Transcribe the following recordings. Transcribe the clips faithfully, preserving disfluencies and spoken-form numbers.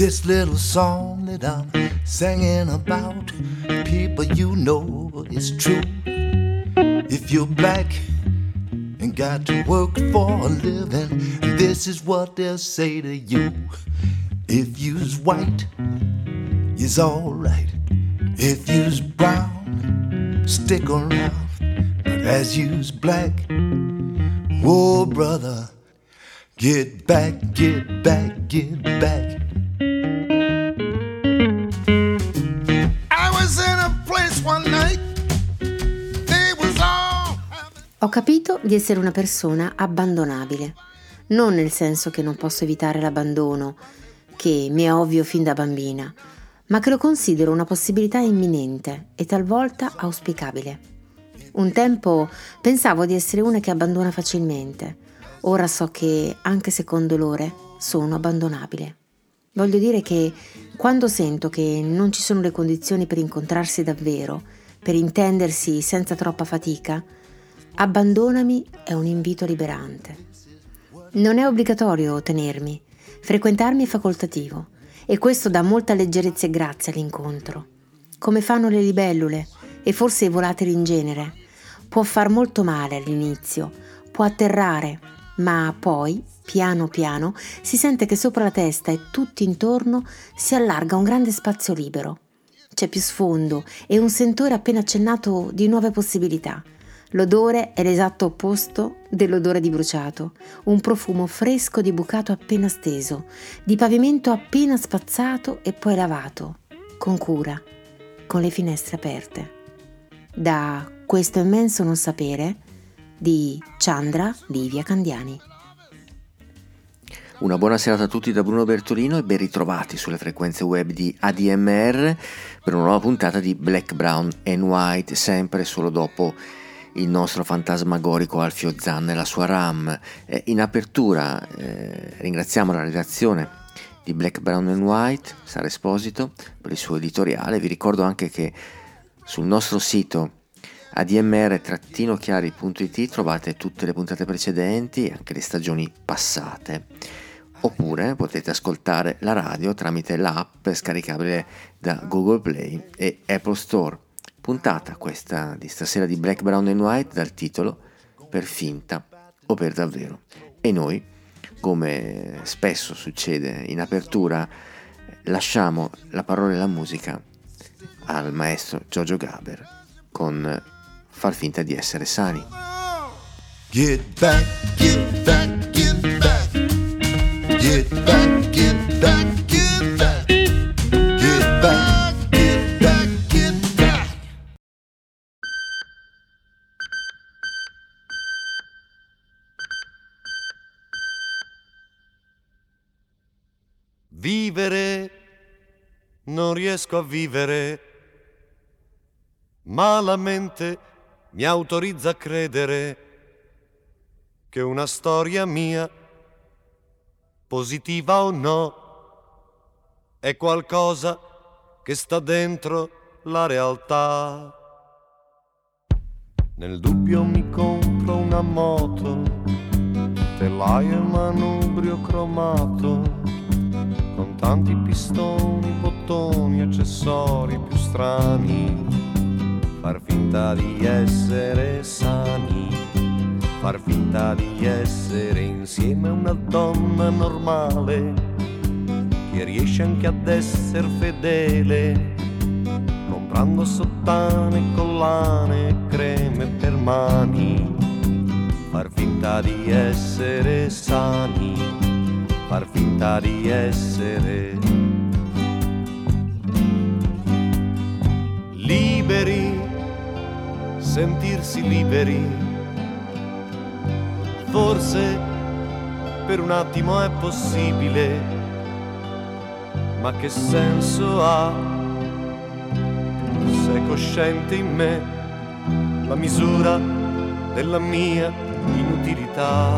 This little song that I'm singing about, people, you know it's true. If you're black and got to work for a living, this is what they'll say to you. If you's white, you's alright. If you's brown, stick around. But as you's black, whoa brother, get back, get back, get back. I was in a place one night. Ho capito di essere una persona abbandonabile, non nel senso che non posso evitare l'abbandono, che mi è ovvio fin da bambina, ma che lo considero una possibilità imminente e talvolta auspicabile. Un tempo pensavo di essere una che abbandona facilmente, ora so che, anche se con dolore, sono abbandonabile. Voglio dire che quando sento che non ci sono le condizioni per incontrarsi davvero, per intendersi senza troppa fatica, abbandonami è un invito liberante. Non è obbligatorio tenermi, frequentarmi è facoltativo e questo dà molta leggerezza e grazia all'incontro. Come fanno le libellule e forse i volatili in genere. Può far molto male all'inizio, può atterrare, ma poi, piano piano, si sente che sopra la testa e tutto intorno si allarga un grande spazio libero. C'è più sfondo e un sentore appena accennato di nuove possibilità. L'odore è l'esatto opposto dell'odore di bruciato, un profumo fresco di bucato appena steso, di pavimento appena spazzato e poi lavato, con cura, con le finestre aperte. Da Questo immenso non sapere di Chandra Livia Candiani. Una buona serata a tutti da Bruno Bertolino e ben ritrovati sulle frequenze web di A D M R per una nuova puntata di Black, Brown and White, sempre solo dopo il nostro fantasmagorico Alfio Zanna e la sua RAM. Eh, in apertura eh, ringraziamo la redazione di Black, Brown and White, Sara Esposito, per il suo editoriale. Vi ricordo anche che sul nostro sito a d m r chiari punto i t trovate tutte le puntate precedenti e anche le stagioni passate. Oppure potete ascoltare la radio tramite l'app scaricabile da Google Play e Apple Store. Puntata questa di stasera di Black, Brown and White dal titolo Per finta o per davvero. E noi, come spesso succede in apertura, lasciamo la parola e la musica al maestro Giorgio Gaber con Far finta di essere sani. Get back, get back, get back. Get back, get back, get back. Get back, get back, get back. Vivere, non riesco a vivere, ma la mente mi autorizza a credere che una storia mia, positiva o no, è qualcosa che sta dentro la realtà. Nel dubbio mi compro una moto, telaio e manubrio cromato, con tanti pistoni, bottoni, accessori più strani. Far finta di essere sani, far finta di essere insieme a una donna normale, che riesce anche ad essere fedele, comprando sottane, collane e creme per mani. Far finta di essere sani, far finta di essere liberi, sentirsi liberi. Forse per un attimo è possibile, ma che senso ha se è cosciente in me la misura della mia inutilità?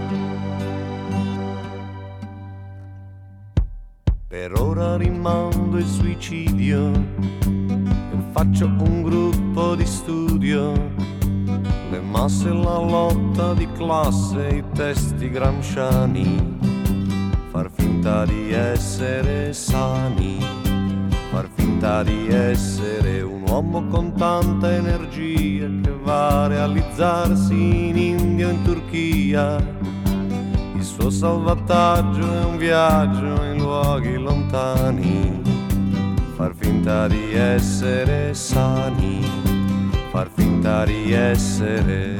Per ora rimando il suicidio e faccio un gruppo di studio, le masse e la lotta di classe, i testi gramsciani. Far finta finta di essere sani, far finta di essere un uomo con tanta energia che va a realizzarsi in India o in Turchia. Il suo salvataggio è un viaggio in luoghi lontani, far finta di essere sani, far finta di essere.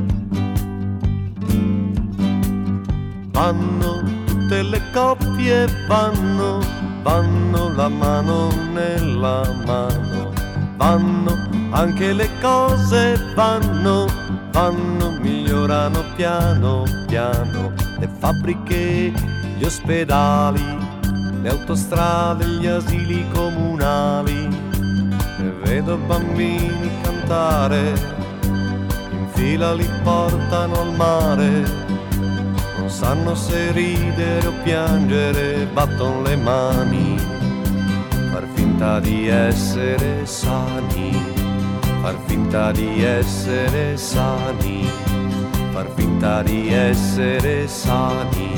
Vanno tutte le coppie, vanno, vanno la mano nella mano, vanno anche le cose, vanno, vanno, migliorano piano piano, le fabbriche, gli ospedali, le autostrade, gli asili comunali, e vedo bambini cantare, in fila li portano al mare, non sanno se ridere o piangere, battono le mani, far finta di essere sani, far finta di essere sani, far finta di essere sani.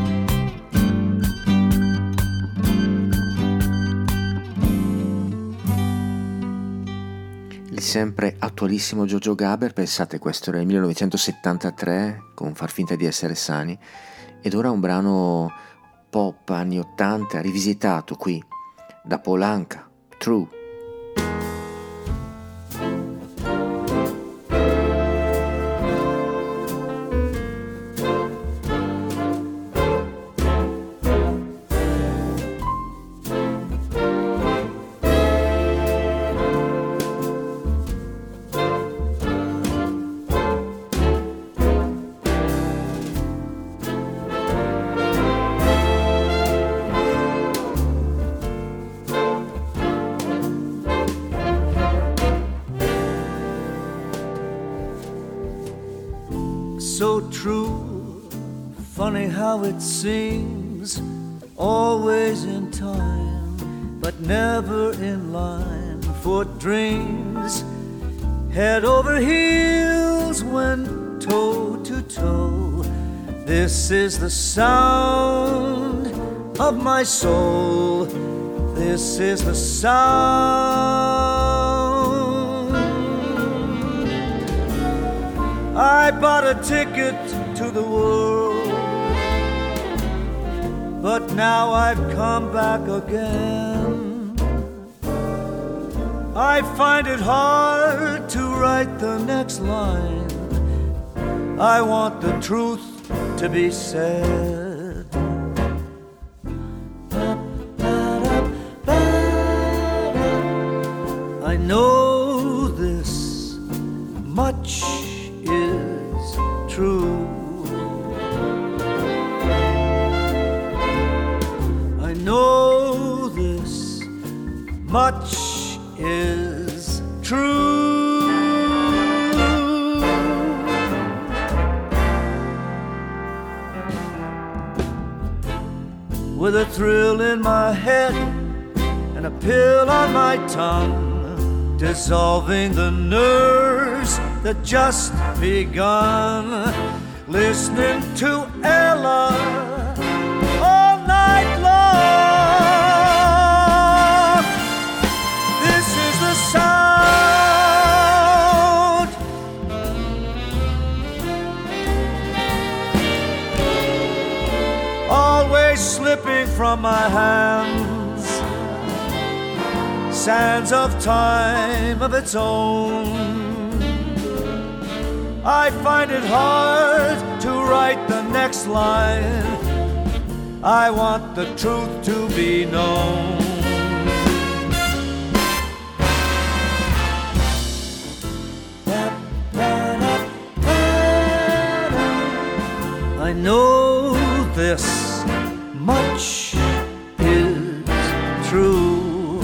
Il sempre attualissimo Giorgio Gaber, pensate, questo era il millenovecentosettantatré con Far finta di essere sani, ed ora un brano pop anni ottanta rivisitato qui da Paul Anka, True. So true, funny how it seems, always in time, but never in line for dreams. Head over heels when toe to toe. This is the sound of my soul. This is the sound. I bought a ticket to the world, but now I've come back again. I find it hard to write the next line. I want the truth to be said. I know this much is true. I know this much is true. With a thrill in my head and a pill on my tongue, dissolving the nerves that just begun, listening to Ella all night long. This is the sound. Always slipping from my hands, sands of time of its own. I find it hard to write the next line. I want the truth to be known. I know this much is true.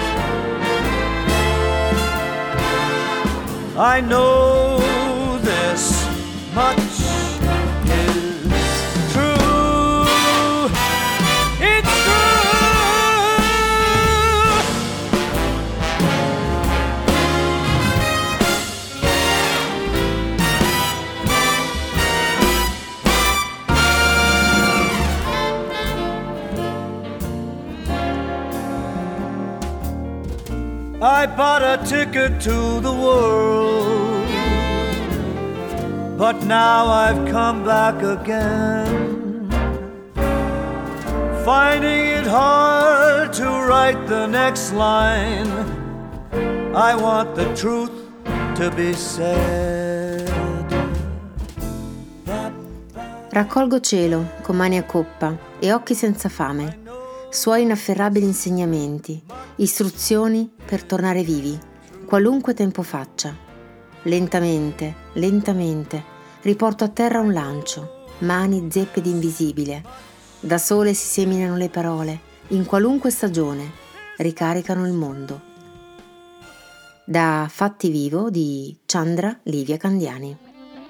I know this much is true. It's true. I bought a ticket to the world, but now I've come back again, finding it hard to write the next line. I want the truth to be said. Raccolgo cielo con mani a coppa e occhi senza fame, suoi inafferrabili insegnamenti, istruzioni per tornare vivi, qualunque tempo faccia. Lentamente, lentamente, riporto a terra un lancio, mani zeppe di invisibile. Da sole si seminano le parole, in qualunque stagione, ricaricano il mondo. Da Fatti Vivo di Chandra Livia Candiani.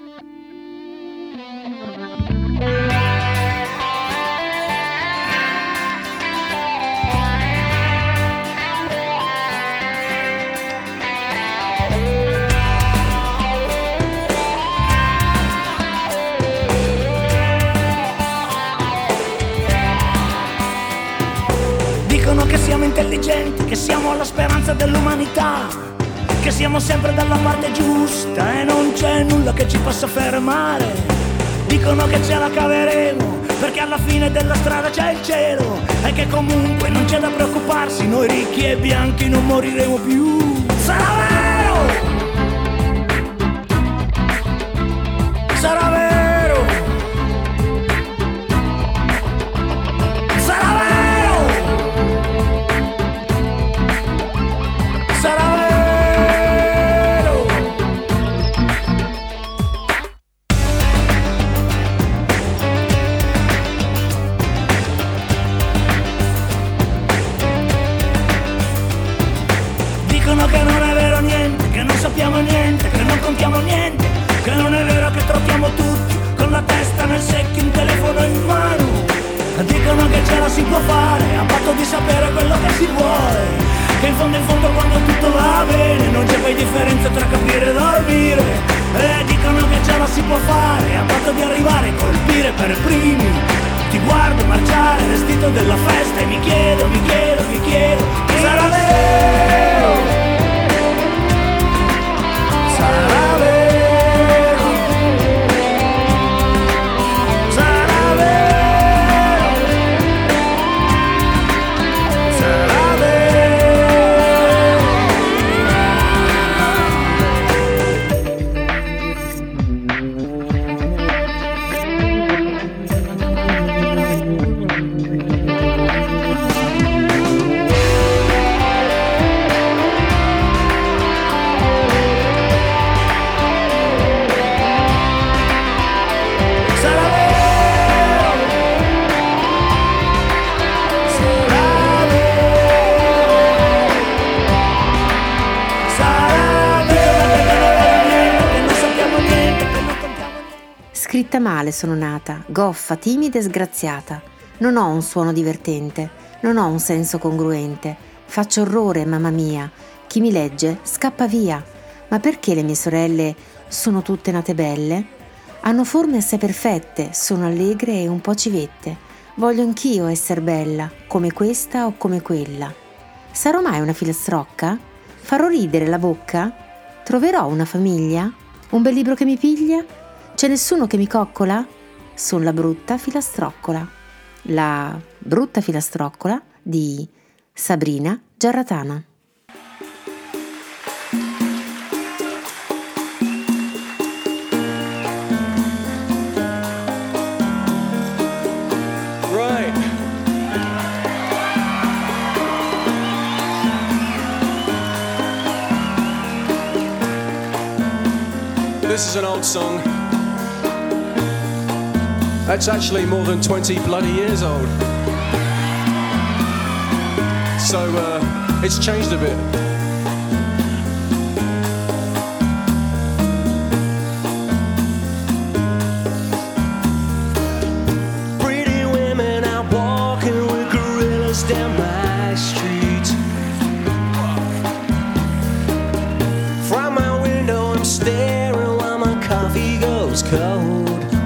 Dicono che siamo intelligenti, che siamo la speranza dell'umanità, che siamo sempre dalla parte giusta e non c'è nulla che ci possa fermare. Dicono che ce la caveremo perché alla fine della strada c'è il cielo e che comunque non c'è da preoccuparsi, noi ricchi e bianchi non moriremo più. Sarà vero! Sarà vero! Sarà vero! Sarà vero! Dicono che non è vero niente, che non sappiamo niente, che non contiamo niente, che non è vero che trottiamo tutti con la testa nel secchio, un telefono in mano. Dicono che ce la si può fare a patto di sapere quello che si vuole, che in fondo in fondo quando tutto va bene non c'è poi differenza tra capire e dormire. E dicono che ce la si può fare a patto di arrivare e colpire per primi. Ti guardo marciare vestito della festa e mi chiedo, mi chiedo, mi chiedo, sarà vero? Sarà vero? Sarà vero? Sarà Scritta male sono nata, goffa, timida e sgraziata. Non ho un suono divertente, non ho un senso congruente. Faccio orrore, mamma mia. Chi mi legge scappa via. Ma perché le mie sorelle sono tutte nate belle? Hanno forme assai perfette, sono allegre e un po' civette. Voglio anch'io essere bella, come questa o come quella. Sarò mai una filastrocca? Farò ridere la bocca? Troverò una famiglia? Un bel libro che mi piglia? C'è nessuno che mi coccola? Son la brutta filastroccola. La brutta filastroccola di Sabrina Giarratana. Right. This is an old song. That's actually more than twenty bloody years old. So uh, it's changed a bit. Pretty women out walking with gorillas down my street. From my window I'm staring while my coffee goes cold.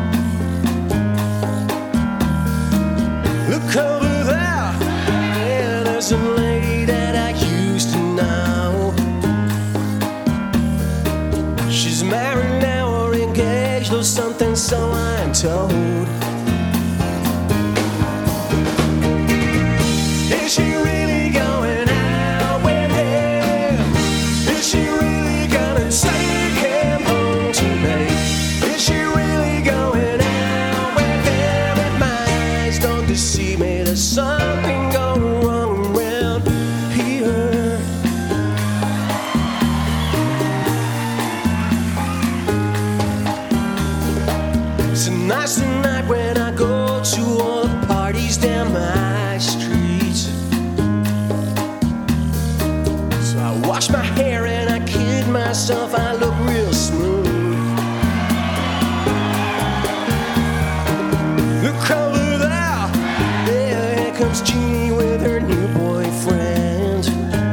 Look over there, yeah, there's a lady that I used to know. She's married now or engaged or something, so I'm told. Is she really going out with him? Is she really gonna take him home tonight? Is she really going out with him? And my eyes don't deceive me, there's something going wrong around here. Tonight's the night when I go to all the parties down my street. So I wash my hair and I kid myself I look real smooth. Look over there, there, here comes Jeannie with her new boyfriend.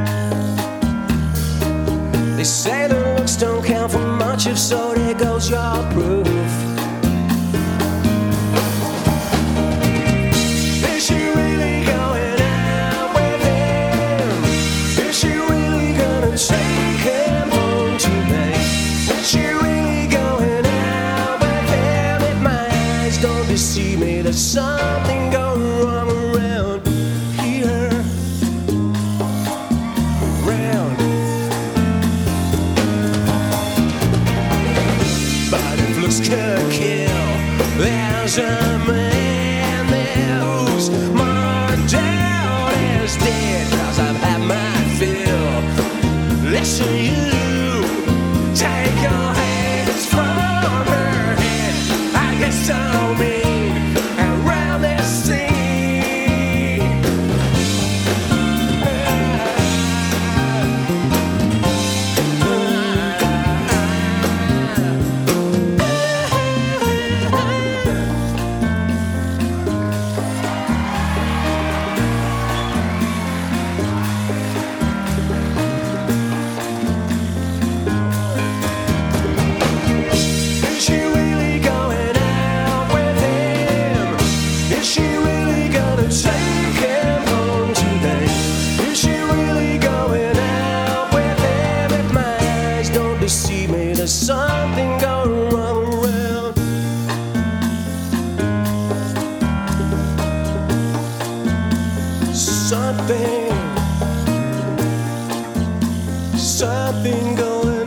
They say the looks don't count for much, if so there goes your proof. See me, there's something going wrong around here. Around. But if looks could kill, there's a man there who's more down as dead, 'cause I've had my fill. Listen, you take your hands from her head. I get so mean. Something going wrong around. Something, something going,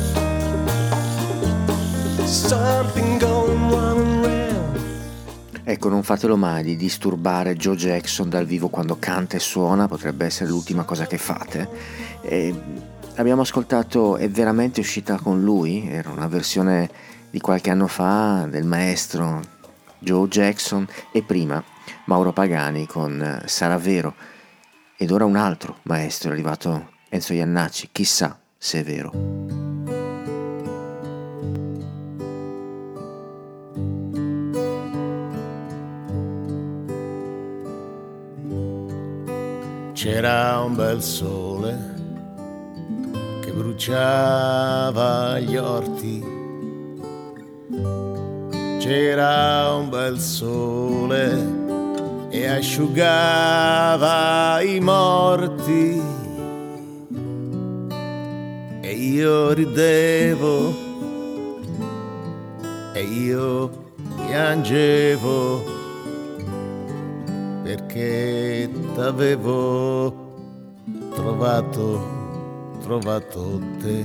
something going wrong around. Ecco, non fatelo mai di disturbare Joe Jackson dal vivo quando canta e suona, potrebbe essere l'ultima cosa che fate. E abbiamo ascoltato È veramente uscita con lui, era una versione di qualche anno fa del maestro Joe Jackson, e prima Mauro Pagani con Sarà vero, ed ora un altro maestro è arrivato, Enzo Jannacci, chissà se è vero. C'era un bel sole che bruciava gli orti, c'era un bel sole e asciugava i morti, e io ridevo e io piangevo perché t'avevo trovato trovato te.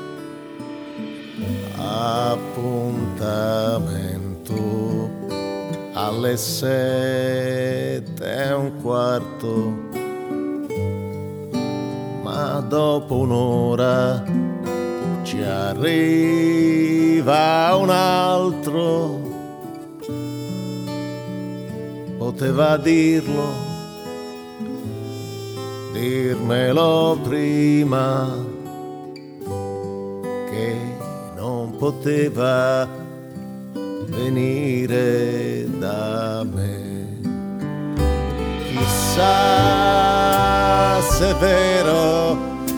Appuntamento alle sette e un quarto, ma dopo un'ora ci arriva un altro. Poteva dirlo, dirmelo prima, che non poteva venire da me. Chissà se è vero,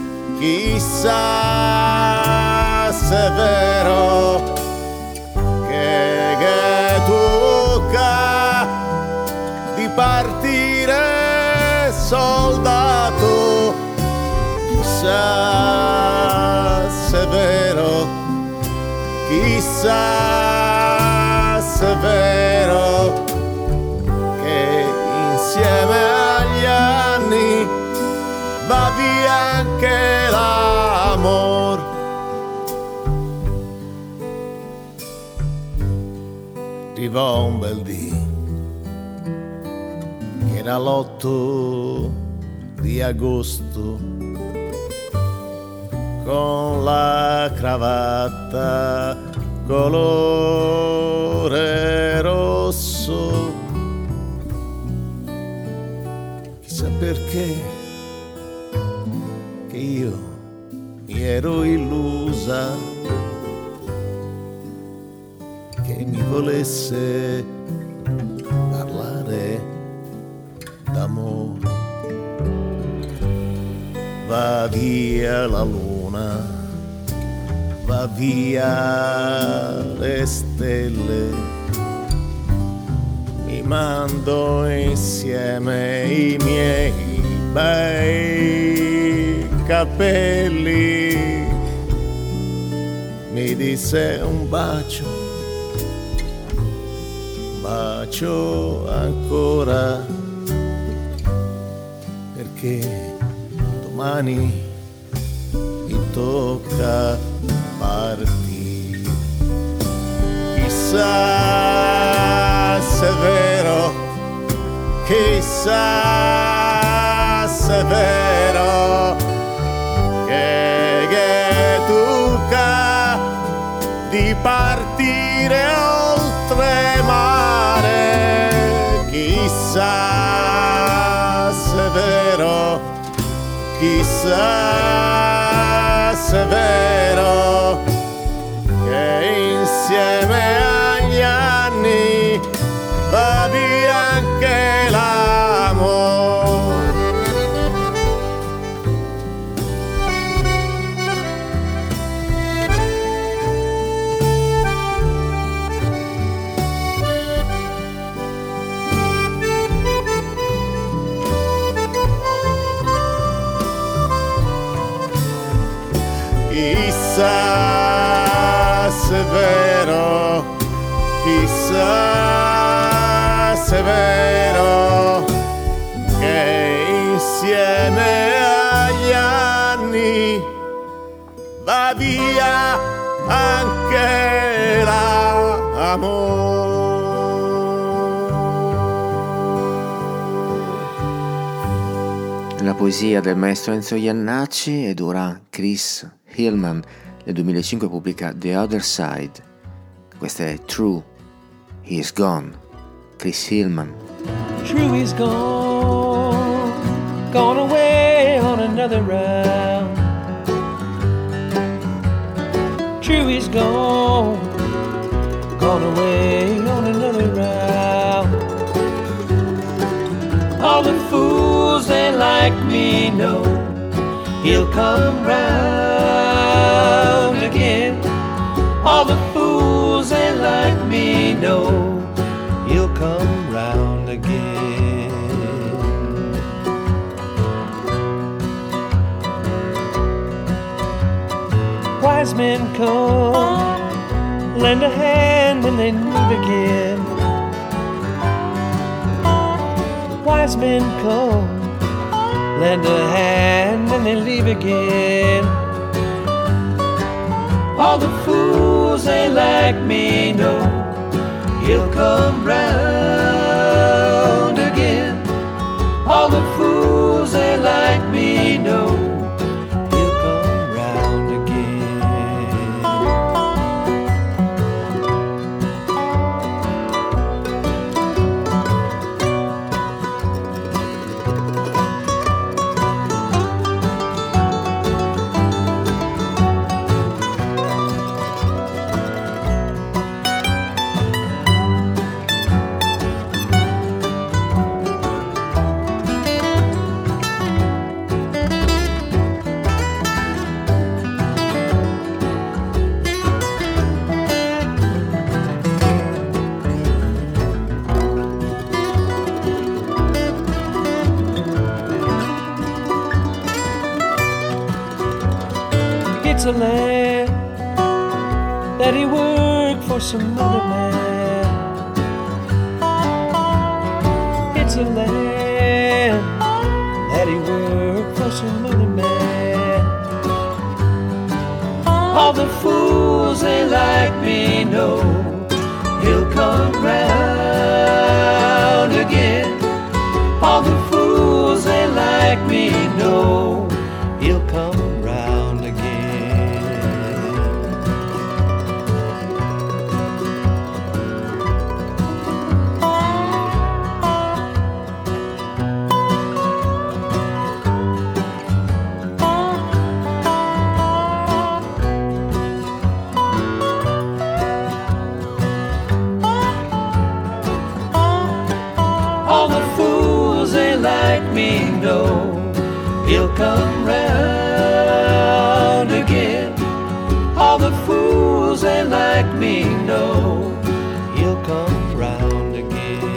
chissà se è vero che, che tocca di partire soldato. Chissà se è vero chissà se è vero che insieme agli anni va via anche l'amor. Arrivò un bel dì che era l'otto di agosto, con la cravatta colore rosso. Chissà perché che io mi ero illusa che mi volesse parlare d'amore. Va via la luna, va via le stelle, mi mando insieme i miei bei capelli. Mi disse un bacio, bacio ancora, perché domani mi tocca partire. Chissà se è vero, chissà se è vero che, che tocca di partire oltre mare. Chissà se è vero, chissà se è vero che insieme agli anni va via anche l'amore. Chissà se è vero, chissà se è vero che insieme agli anni va via anche l'amore. La poesia del maestro Enzo Jannacci, ed ora Chris Hillman nel duemilacinque pubblica The Other Side. Questa è True, He is Gone, Chris Hillman. True, he's gone, gone away on another round. True, he's gone, gone away on another round. All the fools, they like me know he'll come round again. All the fools, they like me know he'll come round again. Wise men come, lend a hand when they need again. Wise men come, lend a hand and they leave again. All the fools, they like me know he'll come round again. All the fools, they like me know he'll come round again. It's a land that that he worked for some other man. It's a land that he worked for some other man. All the fools they like me know he'll come round again. All the fools they like me know he'll come round again. All the fools they like me know he'll come round again. All the fools they like me know he'll come round again.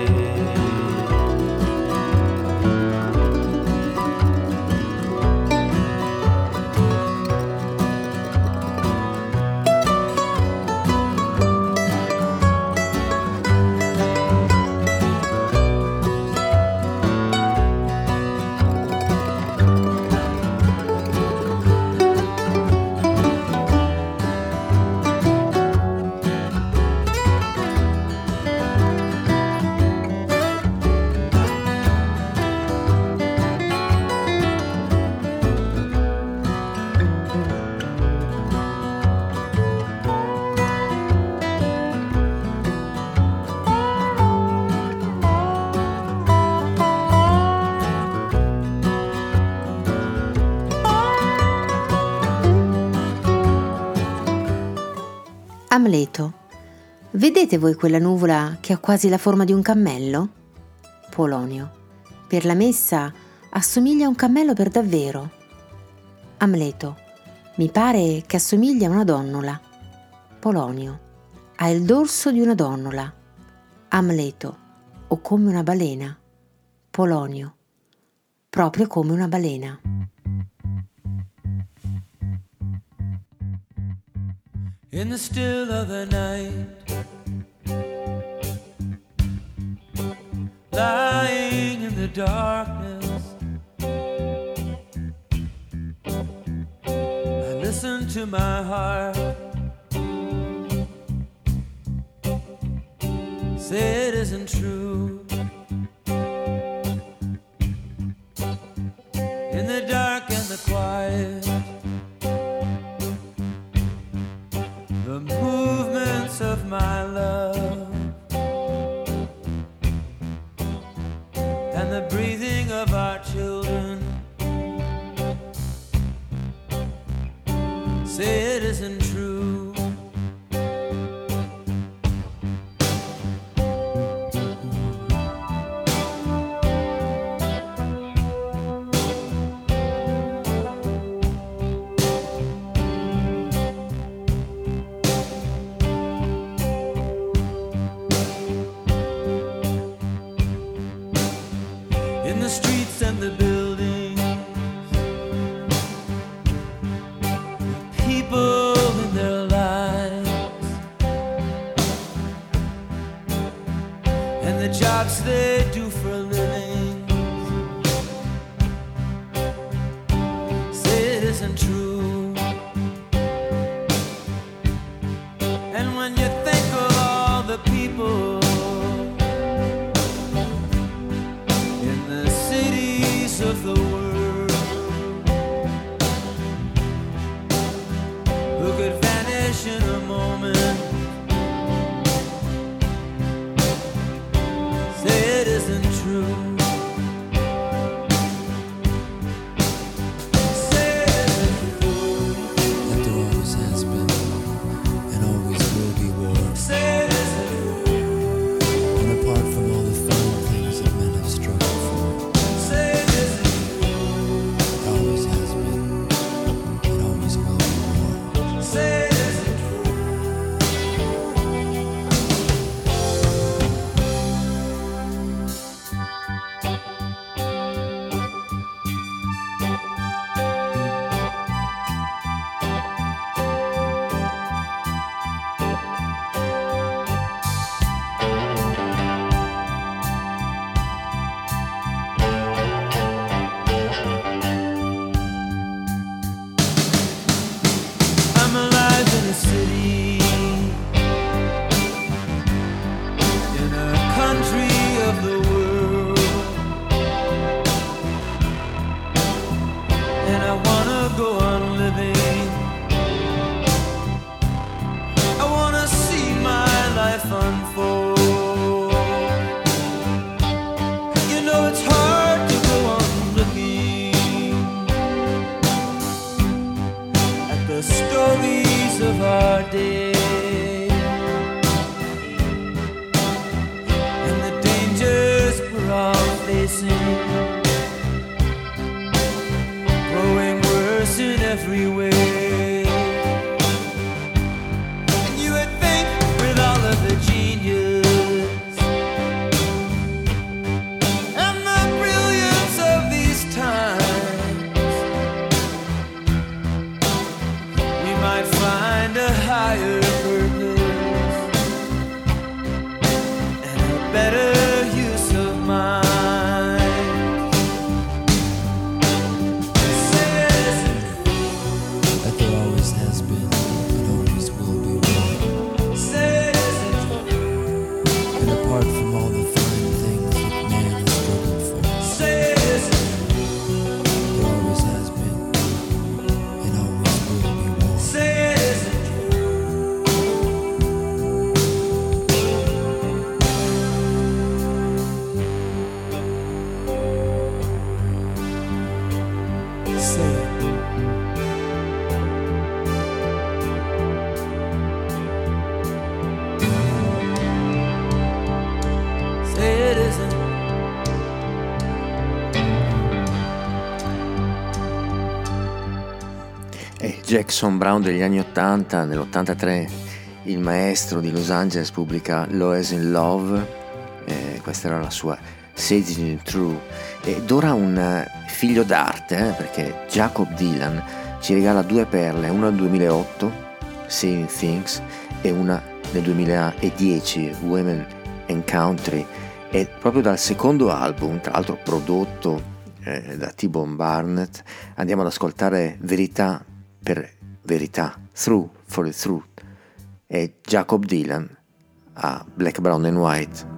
Amleto. Vedete voi quella nuvola che ha quasi la forma di un cammello? Polonio. Per la messa assomiglia a un cammello per davvero. Amleto. Mi pare che assomiglia a una donnola. Polonio. Ha il dorso di una donnola. Amleto. O come una balena. Polonio. Proprio come una balena. In the still of the night, lying in the darkness, I listen to my heart say it isn't true. In the dark and the quiet, the movements of my love and the breathing of our children say it isn't true. Jobs they do for a living say it isn't true. And when you think of all the people in the cities of the world who could vanish in a moment, it isn't true. Say it isn't true. That there always has been and always will be war. Say it isn't true. Jackson Browne degli anni ottanta. Nell'ottantatré il maestro di Los Angeles pubblica Lois in Love, eh, questa era la sua Sailing Through, ed ora un figlio d'arte, eh, perché Jacob Dylan ci regala due perle, una nel duemilaotto, Saying Things, e una nel duemiladieci, Women and Country, e proprio dal secondo album, tra l'altro prodotto eh, da T-Bone Barnett, andiamo ad ascoltare Verità per verità, Through for the Truth, e Jacob Dylan a Black, Brown and White.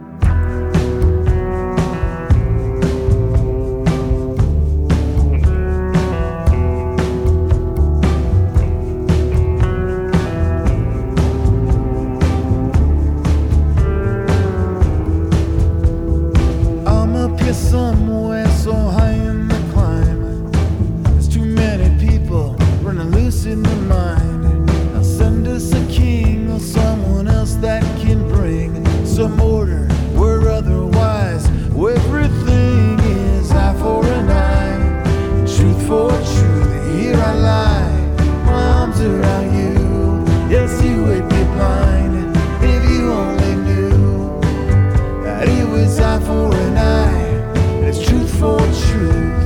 Somewhere so high in the climb, there's too many people running loose in the mind. Now send us a king or someone else that can bring some order where otherwise everything is eye for an eye, truth for truth. Here I lie, my arms around you. Yes, you would be blind if you only knew that it was eye for an eye. It's truth for truth.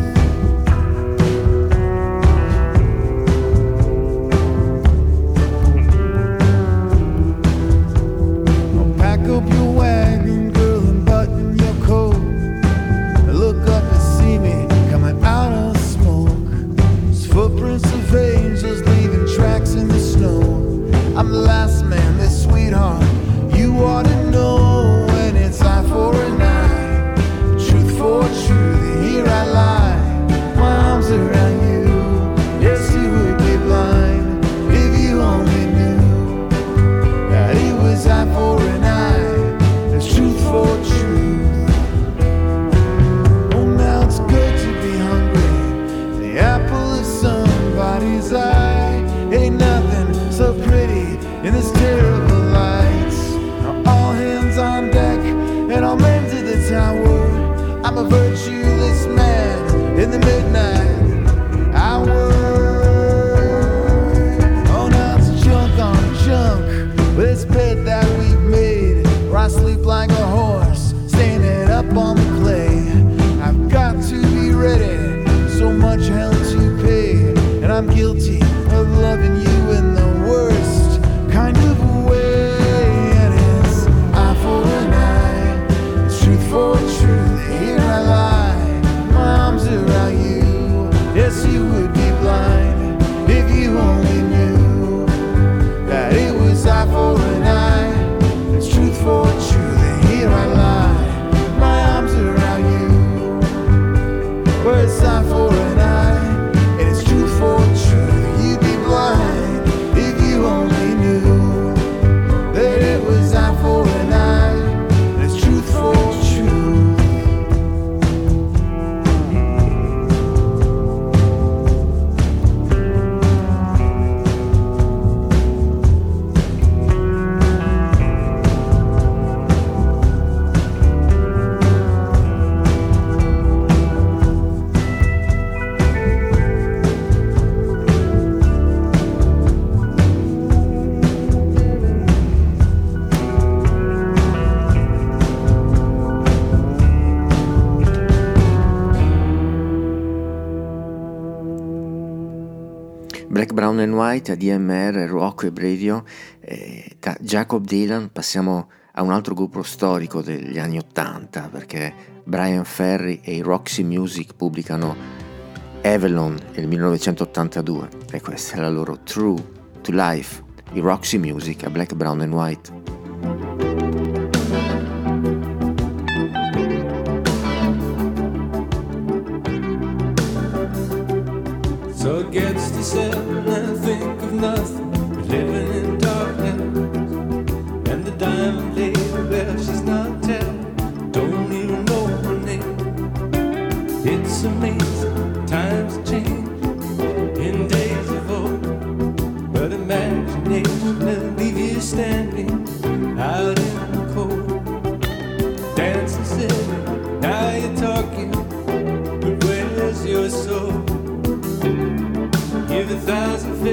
I'll pack up your wagon, girl, and button your coat. Look up and see me coming out of smoke. There's footprints of angels leaving tracks in the snow. I'm the last man, this sweetheart, you ought to know. And it's eye for an eye, truth for truth. Here I lie, my arms around you. Yes, you would be blind if you only knew that it was eye for an eye, it's truth for truth. Oh, now it's good to be hungry, the apple of somebody's eye. Ain't nothing so pretty in this terrible light. Now all hands on deck and all men to the tower. I'm a virtueless man in the midnight hour. Oh, now it's junk on junk, but it's bed that we've made, where I sleep like a horse, standing up on the clay. I've got to be ready, so much hell to pay, and I'm guilty of loving you in the worst kind of way. And it's eye for an eye, it's truth for truth. Here I lie, my arms around you. Yes, you would be blind if you only knew that it was eye for an eye, it's truth for truth. Here I lie, my arms around you. Where it's eye for an eye, and it's truth for truth. You'd be blind if you only knew that it was eye for an eye, and it's truth for truth. Black, Brown and White, A D M R, Rock Web Radio. Eh, da Jacob Dylan passiamo a un altro gruppo storico degli anni ottanta, perché Brian Ferry e i Roxy Music pubblicano Avalon nel millenovecentottantadue, e questa è la loro True to Life. I Roxy Music a Black, Brown and White. So it gets to seven and I think of nothing but living in darkness. And the diamond lady, well, she's not telling, don't even know her name. It's amazing, times change in days of old, but imagination will leave you standing out in the cold. Dancing silly, now you're talking, but where's your soul? Give a thousand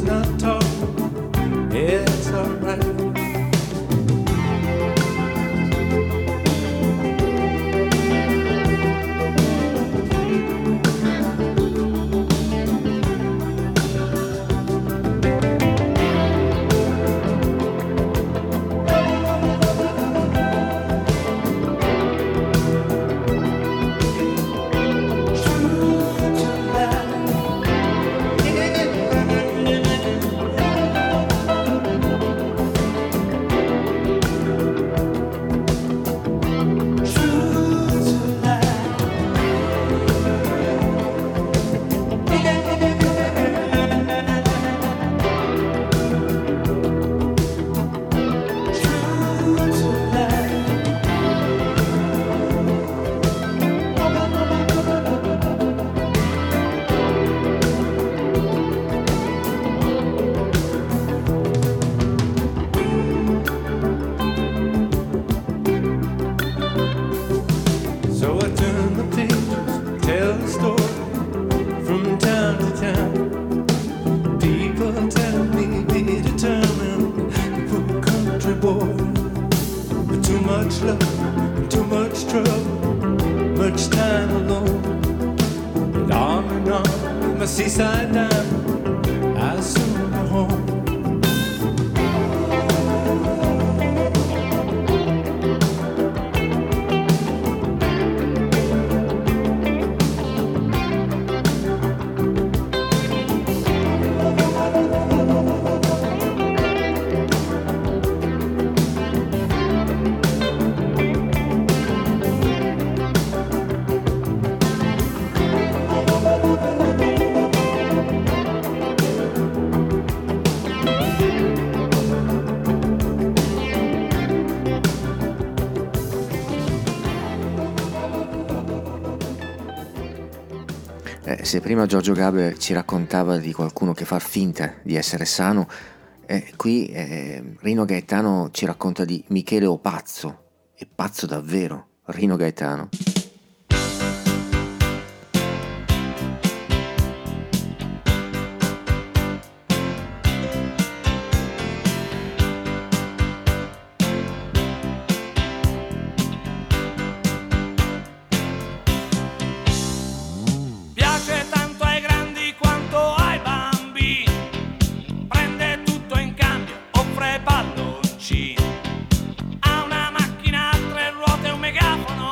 not talk. Yeah, it's alright. Seaside down, I'll soon go home. Se prima Giorgio Gaber ci raccontava di qualcuno che fa finta di essere sano, eh, qui eh, Rino Gaetano ci racconta di Michele O Pazzo, è pazzo davvero, Rino Gaetano. Ha una macchina a tre ruote e un megafono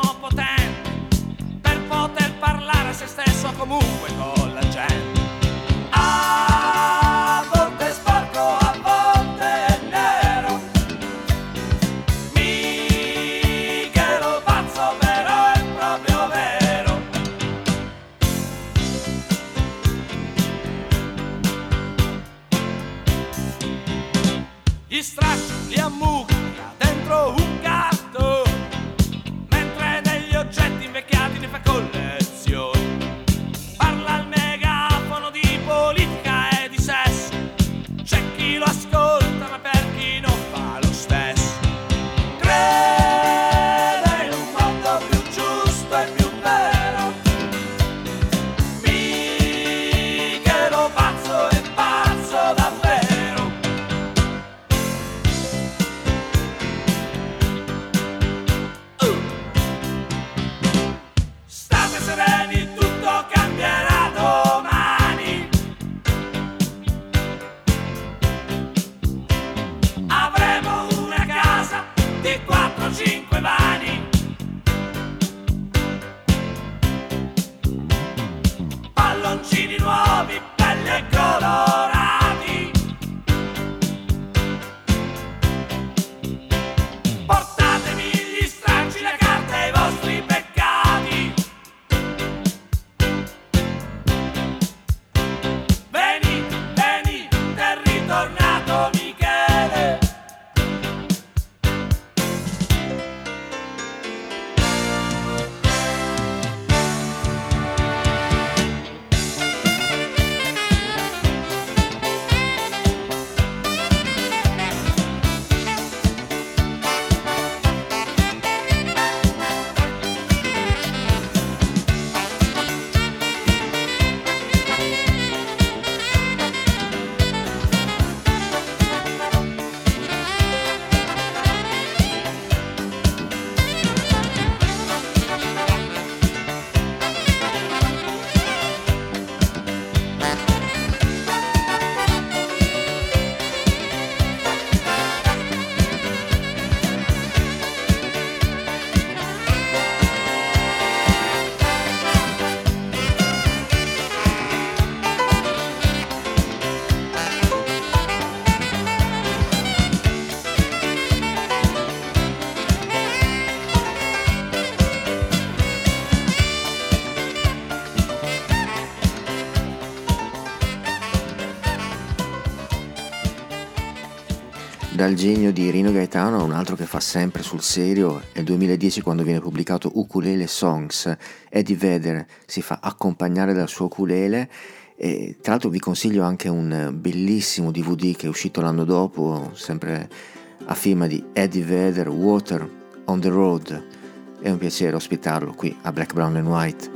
Dal genio di Rino Gaetano a un altro che fa sempre sul serio, è il duemiladieci quando viene pubblicato Ukulele Songs. Eddie Vedder si fa accompagnare dal suo ukulele e tra l'altro vi consiglio anche un bellissimo D V D che è uscito l'anno dopo, sempre a firma di Eddie Vedder, Water on the Road. È un piacere ospitarlo qui a Black, Brown and White.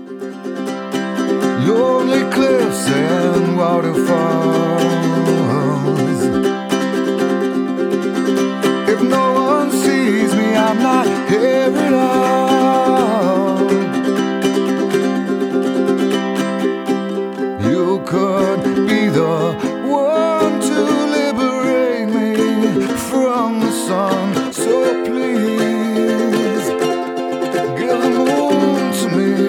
Lonely cliffs and waterfalls. If no one sees me, I'm not here at all. You could be the one to liberate me from the sun. So please, give the moon to me.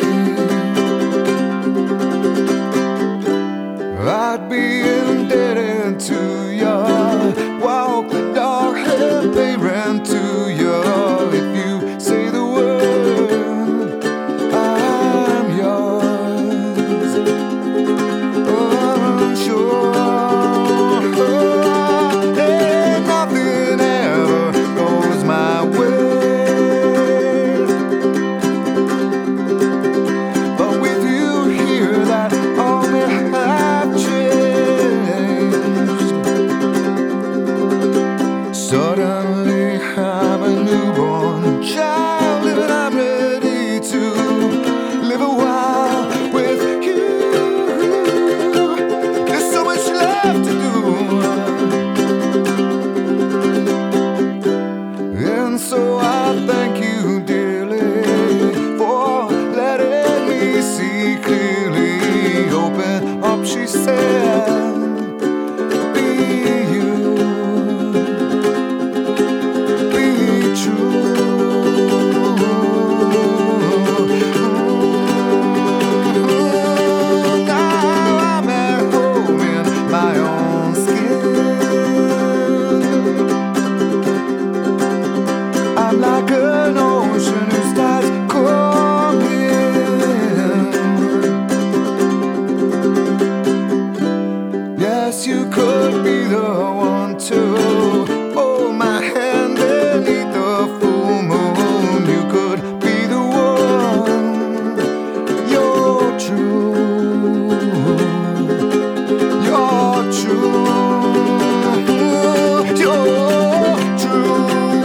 I'd be indebted to you. Walk the dark and pay rent to you. If you say the word, I'm yours. Unsure, oh, and nothing ever goes my way. But with you here, that all may have changed. Suddenly I'm a newborn child and I'm ready to live a while with you. There's so much left to do, and so I thank you dearly for letting me see clearly. Open up, she said, be you, be true. Now I'm at home in my own skin. I'm like an ocean who starts calling. Yes, you could be the one to hold my hand beneath the full moon. You could be the one. You're true. You're true. You're true.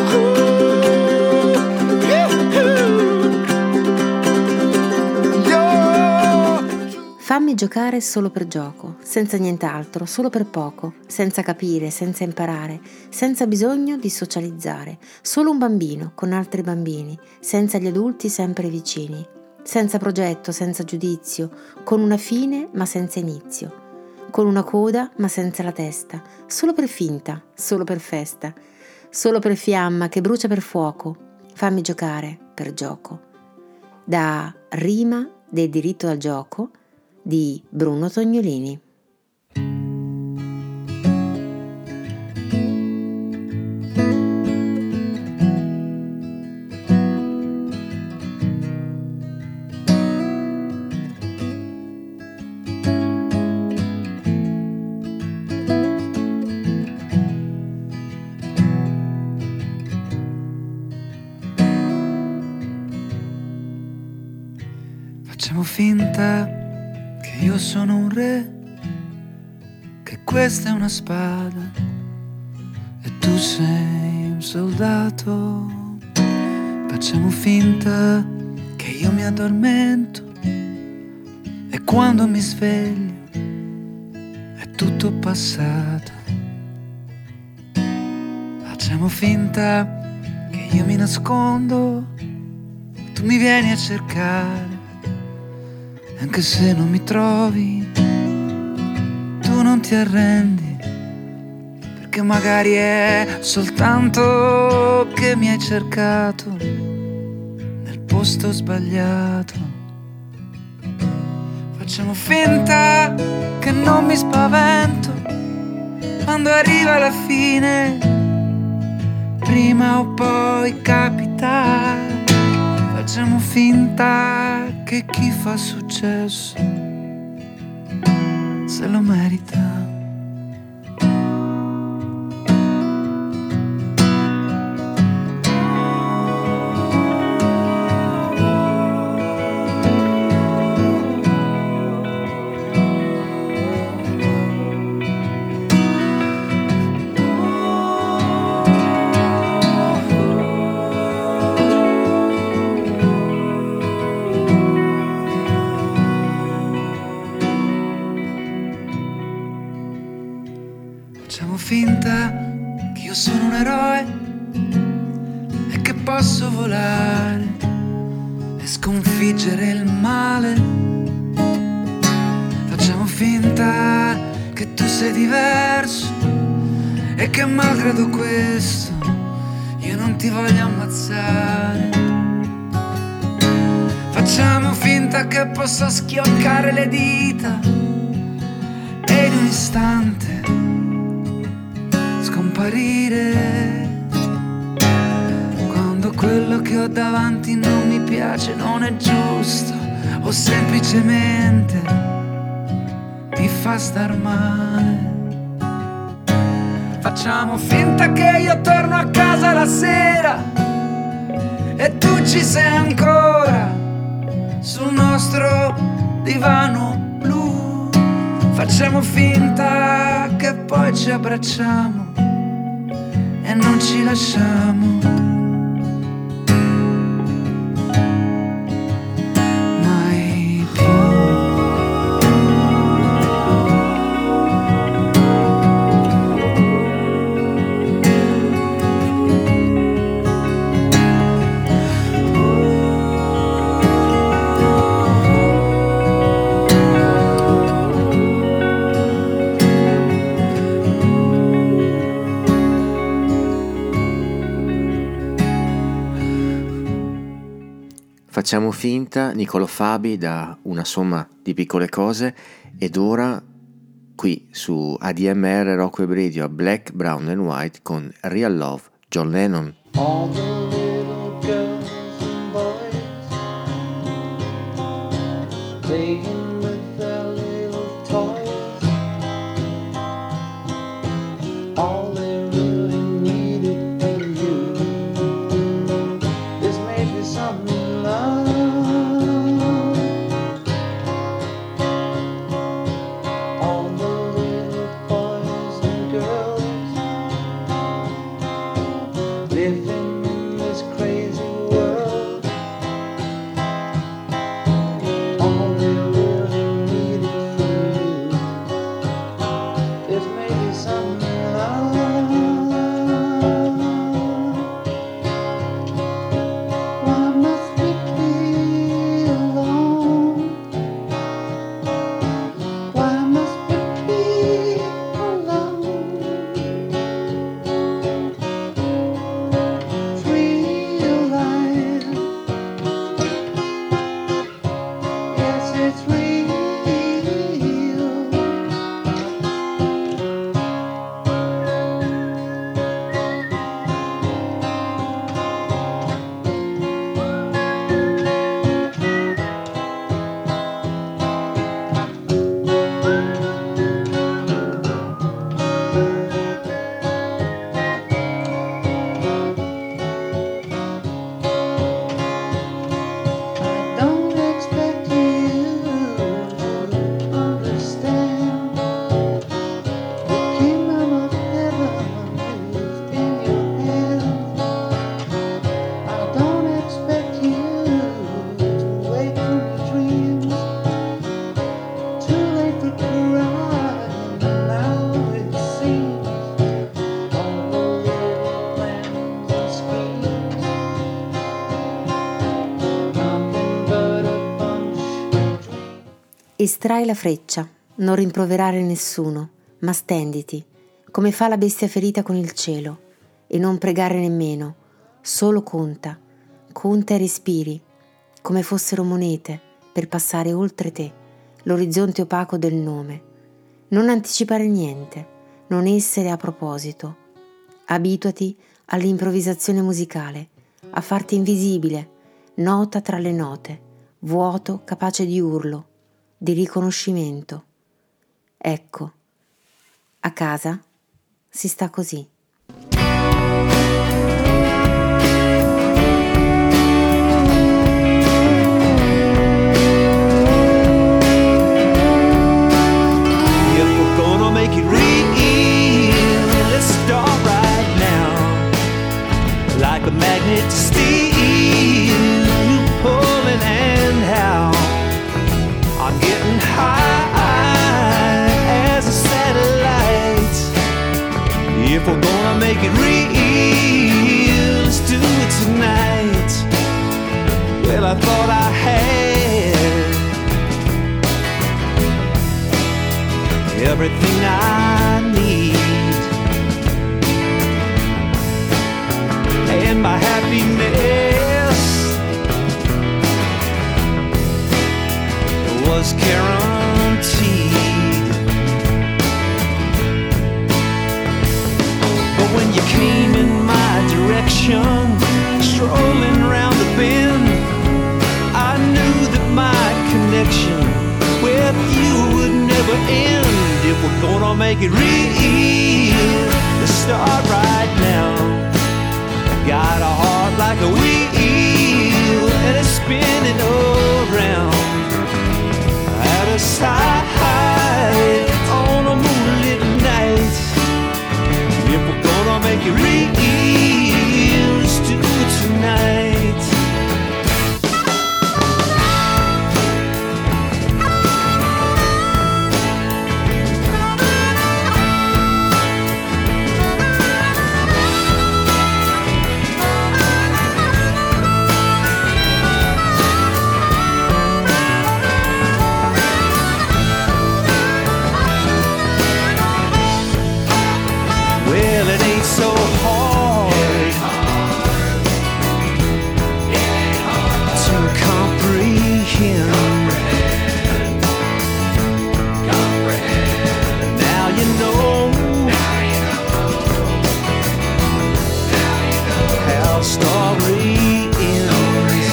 Fammi giocare solo per gioco, senza nient'altro, solo per poco, senza capire, senza imparare, senza bisogno di socializzare, solo un bambino con altri bambini, senza gli adulti sempre vicini, senza progetto, senza giudizio, con una fine ma senza inizio, con una coda ma senza la testa, solo per finta, solo per festa, solo per fiamma che brucia per fuoco, fammi giocare per gioco. Da Rima del diritto al gioco di Bruno Tognolini. Facciamo finta che io sono un re, che questa è una spada e tu sei un soldato. Facciamo finta che io mi addormento e quando mi sveglio è tutto passato. Facciamo finta che io mi nascondo, tu mi vieni a cercare. Anche se non mi trovi, tu non ti arrendi, perché magari è soltanto che mi hai cercato nel posto sbagliato. Facciamo finta che non mi spavento quando arriva la fine, prima o poi capita. Facciamo finta che chi fa successo se lo merita. finta che io sono un eroe e che posso volare e sconfiggere il male. Facciamo finta che tu sei diverso e che malgrado questo io non ti voglio ammazzare. Facciamo finta che possa schioccare le dita e in un istante scomparire. Quando quello che ho davanti non mi piace, non è giusto o semplicemente mi fa star male. Facciamo finta che io torno a casa la sera e tu ci sei ancora sul nostro divano blu. Facciamo finta che poi ci abbracciamo e non ci lasciamo mai più. Facciamo finta, Niccolò Fabi, da Una somma di piccole cose, ed ora qui su A D M R Rock Web Radio a Black, Brown and White con Real Love, John Lennon. All the little girls and boys playing with their little toys. All they really needed from you is maybe some love. All the little boys and girls living in this crazy world. All they really needed from you is maybe some love. Why must we be alone? Why must we be alone? It's real life. Yes, it's real. I don't expect you to understand. The kingdom of heaven is in your hands. I don't expect you to wake from your dreams. Too late for crying now it seems. All the little plans and schemes, nothing but a bunch of dreams. Estrai la freccia, non rimproverare nessuno, ma stenditi, come fa la bestia ferita con il cielo, e non pregare nemmeno, solo conta, conta e respiri, come fossero monete, per passare oltre te, l'orizzonte opaco del nome. Non anticipare niente, non essere a proposito. Abituati all'improvvisazione musicale, a farti invisibile, nota tra le note, vuoto capace di urlo, di riconoscimento. Ecco, a casa si sta così. If we're gonna make it real, let's start right now. Like a magnet to steel, you pulling and how I'm getting high as a satellite. If we're gonna make it real, let's do it tonight. Well, I thought I had everything I need, and my happiness was guaranteed. But when you came in my direction, strolling around the bend, I knew that my connection with you would never end. If we're gonna make it real, let's start right now. Got a heart like a wheel, and it's spinning around. Out of sight on a moonlit night. If we're gonna make it real, let's do it tonight. Well, it ain't so hard to comprehend. Now you know how story ends.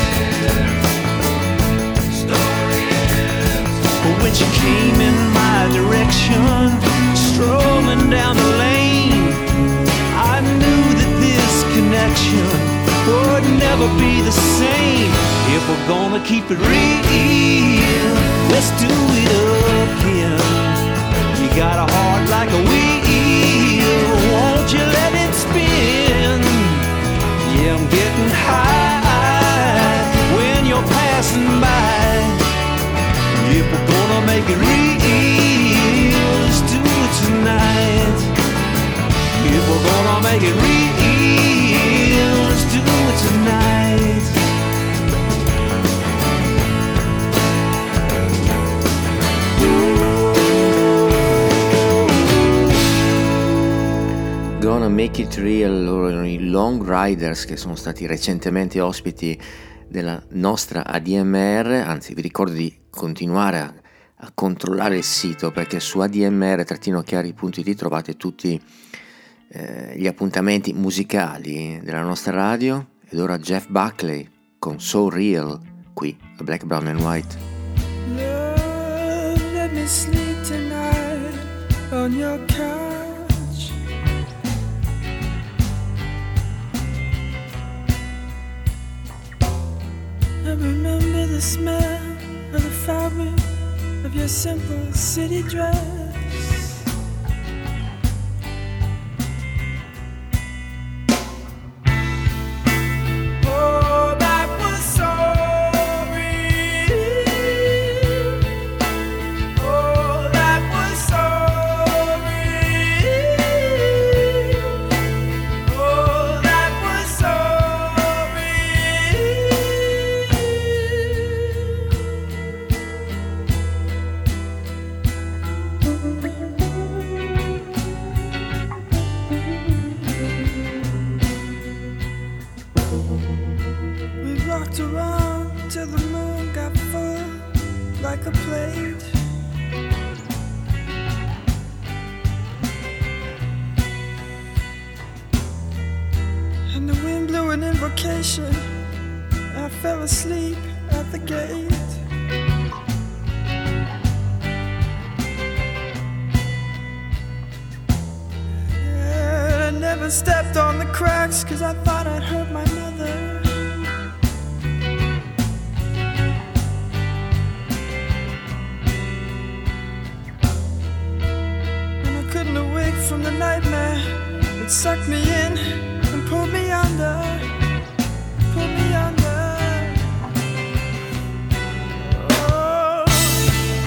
But when she came in my direction, strolling down the lane, I knew that this connection would never be the same. If we're gonna keep it real, let's do it again. You got a heart like a wheel, won't you let it spin? Yeah, I'm getting high when you're passing by. If we're gonna make it real, let's do it tonight. If we're gonna make it real, let's do it tonight. Gonna Make It Real, loro i Long Riders, che sono stati recentemente ospiti della nostra A D M R. Anzi, vi ricordo di continuare a, a controllare il sito, perché su a d m r chiari punto i t trovate tutti eh, gli appuntamenti musicali della nostra radio. Ed ora Jeff Buckley con So Real, qui a Black, Brown and White. Love, let me sleep tonight on your couch. I remember the smell of the fabric of your simple city dress. Oh, that was so real. Oh, that was so real. Oh, that was so rocked around till the moon got full like a plate. And the wind blew an invocation. I fell asleep at the gate. Yeah, I never stepped on the cracks 'cause I thought I'd hurt my mother. From the nightmare, it sucked me in and pulled me under, pulled me under. Oh,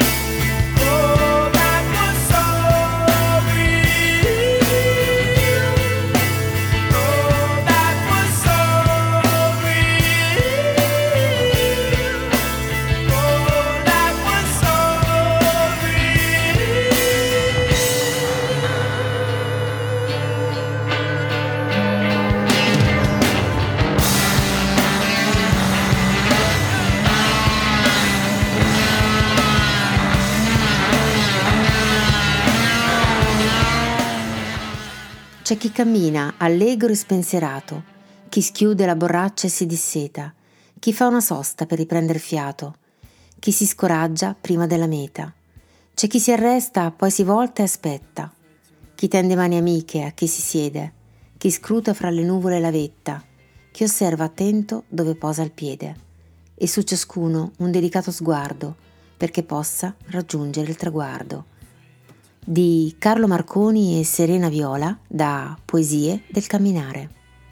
oh, that was so real. C'è chi cammina allegro e spensierato, chi schiude la borraccia e si disseta, chi fa una sosta per riprendere fiato, chi si scoraggia prima della meta. C'è chi si arresta, poi si volta e aspetta, chi tende mani amiche a chi si siede, chi scruta fra le nuvole la vetta, chi osserva attento dove posa il piede, e su ciascuno un delicato sguardo perché possa raggiungere il traguardo. Di Carlo Marconi e Serena Viola, da Poesie del camminare.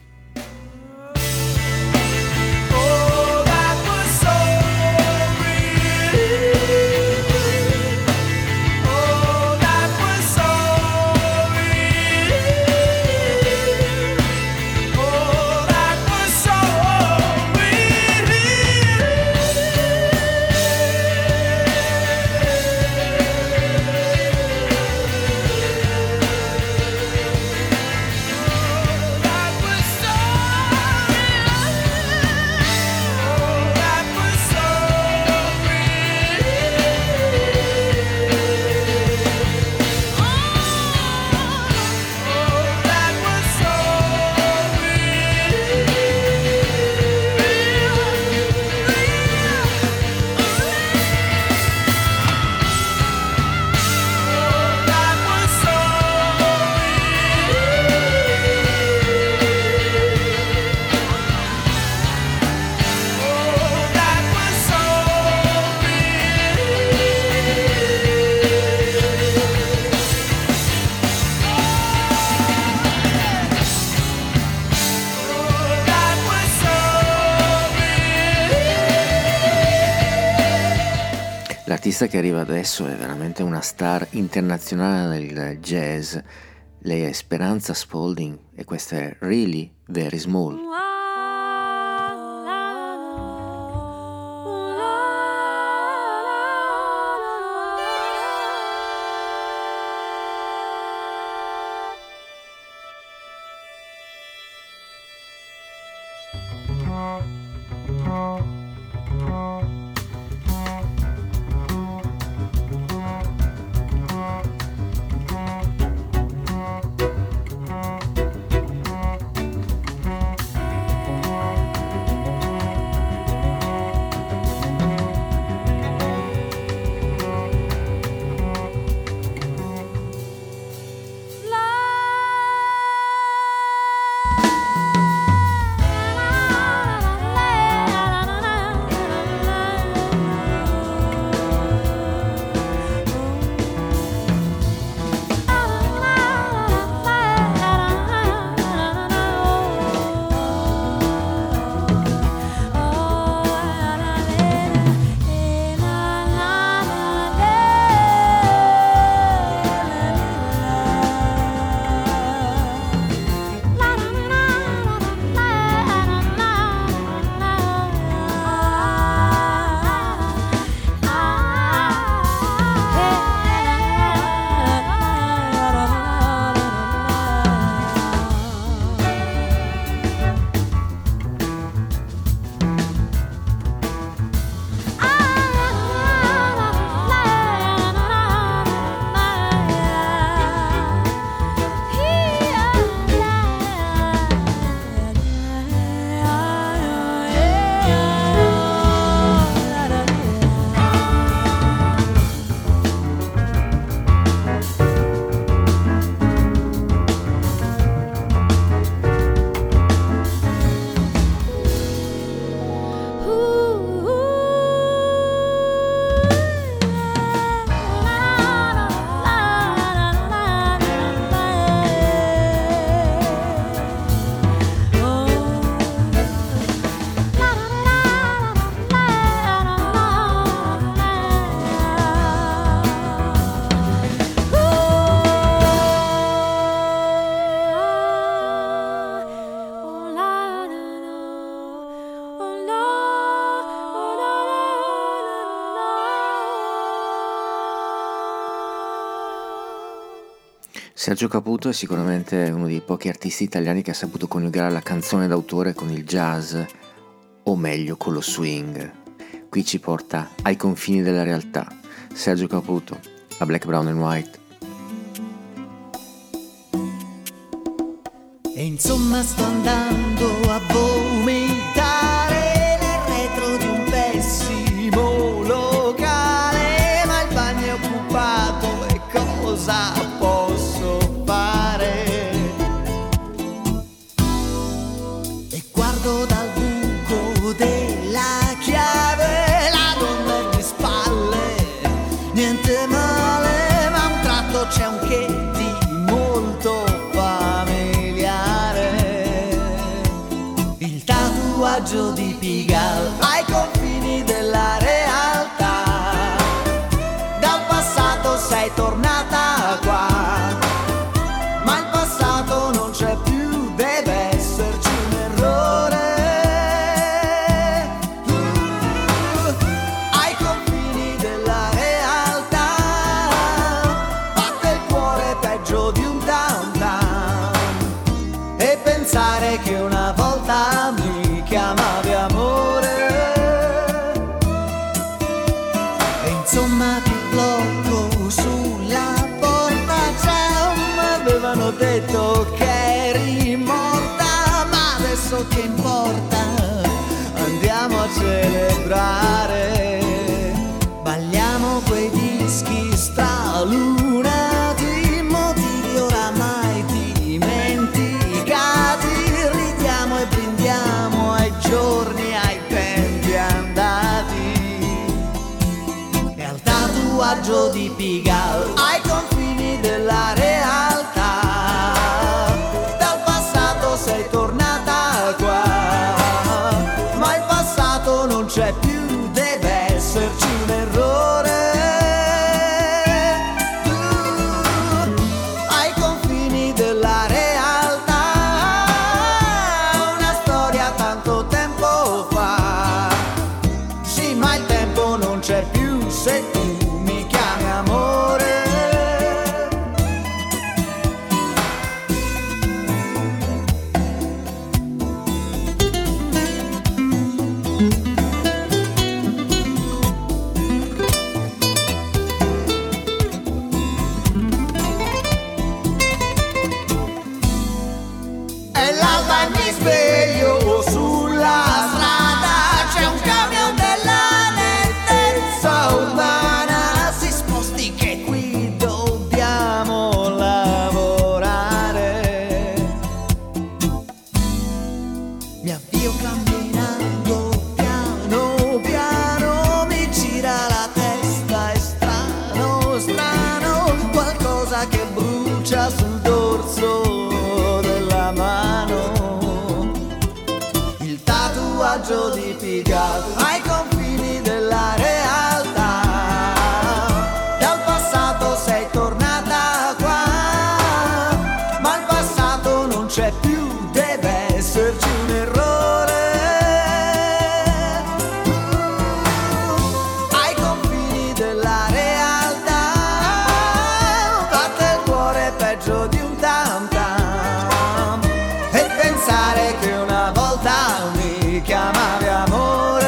L'artista che arriva adesso è veramente una star internazionale del jazz. Lei è Speranza Spalding e questa è Really Very Small. Sergio Caputo è sicuramente uno dei pochi artisti italiani che ha saputo coniugare la canzone d'autore con il jazz, o meglio con lo swing. Qui ci porta ai confini della realtà. Sergio Caputo, a Black, Brown and White. E insomma sto andando a vomitare nel retro di un pessimo locale, ma il bagno è occupato e cosa posso fare? E guardo dal buco della chiave, la donna è di spalle, niente male, ma a un tratto c'è un che di molto tatuaggio di Pigalle ai confini della realtà. Dal passato sei tornata qua, ma il passato non c'è più, deve esserci un errore. Uh, ai confini della realtà batte il cuore peggio di un down-down. E pensare che una volta mi chiamavi amore. E insomma ti blocco sulla porta, ciao, m'avevano detto che eri morta, ma adesso che importa, andiamo a celebrare. Balliamo quei dischi stralunati, motivi oramai dimenticati, ridiamo e brindiamo ai giorni, ai tempi andati. E al tatuaggio di Pigalle ai confini della realtà. Dal passato sei tornata qua, ma il passato non c'è più, deve esserci un errore. Ai confini della realtà, una storia tanto tempo fa. Sì, ma il tempo non c'è più se tu mi chiami amore. E l'alba e mi sveglio sulla strada, c'è un camion della nettezza urbana, si sposti che qui dobbiamo lavorare. Mi avvio camminando piano piano, mi gira la testa, è strano, strano, qualcosa che brucia sul dorso della mano. Il tatuaggio di Pigalle ai confini della realtà. Dal passato sei tornata qua, ma il passato non c'è più, deve esserci un errore. Ai confini della realtà batte il cuore peggio di un tam-tam. E pensare che una volta mi chiamavi amore.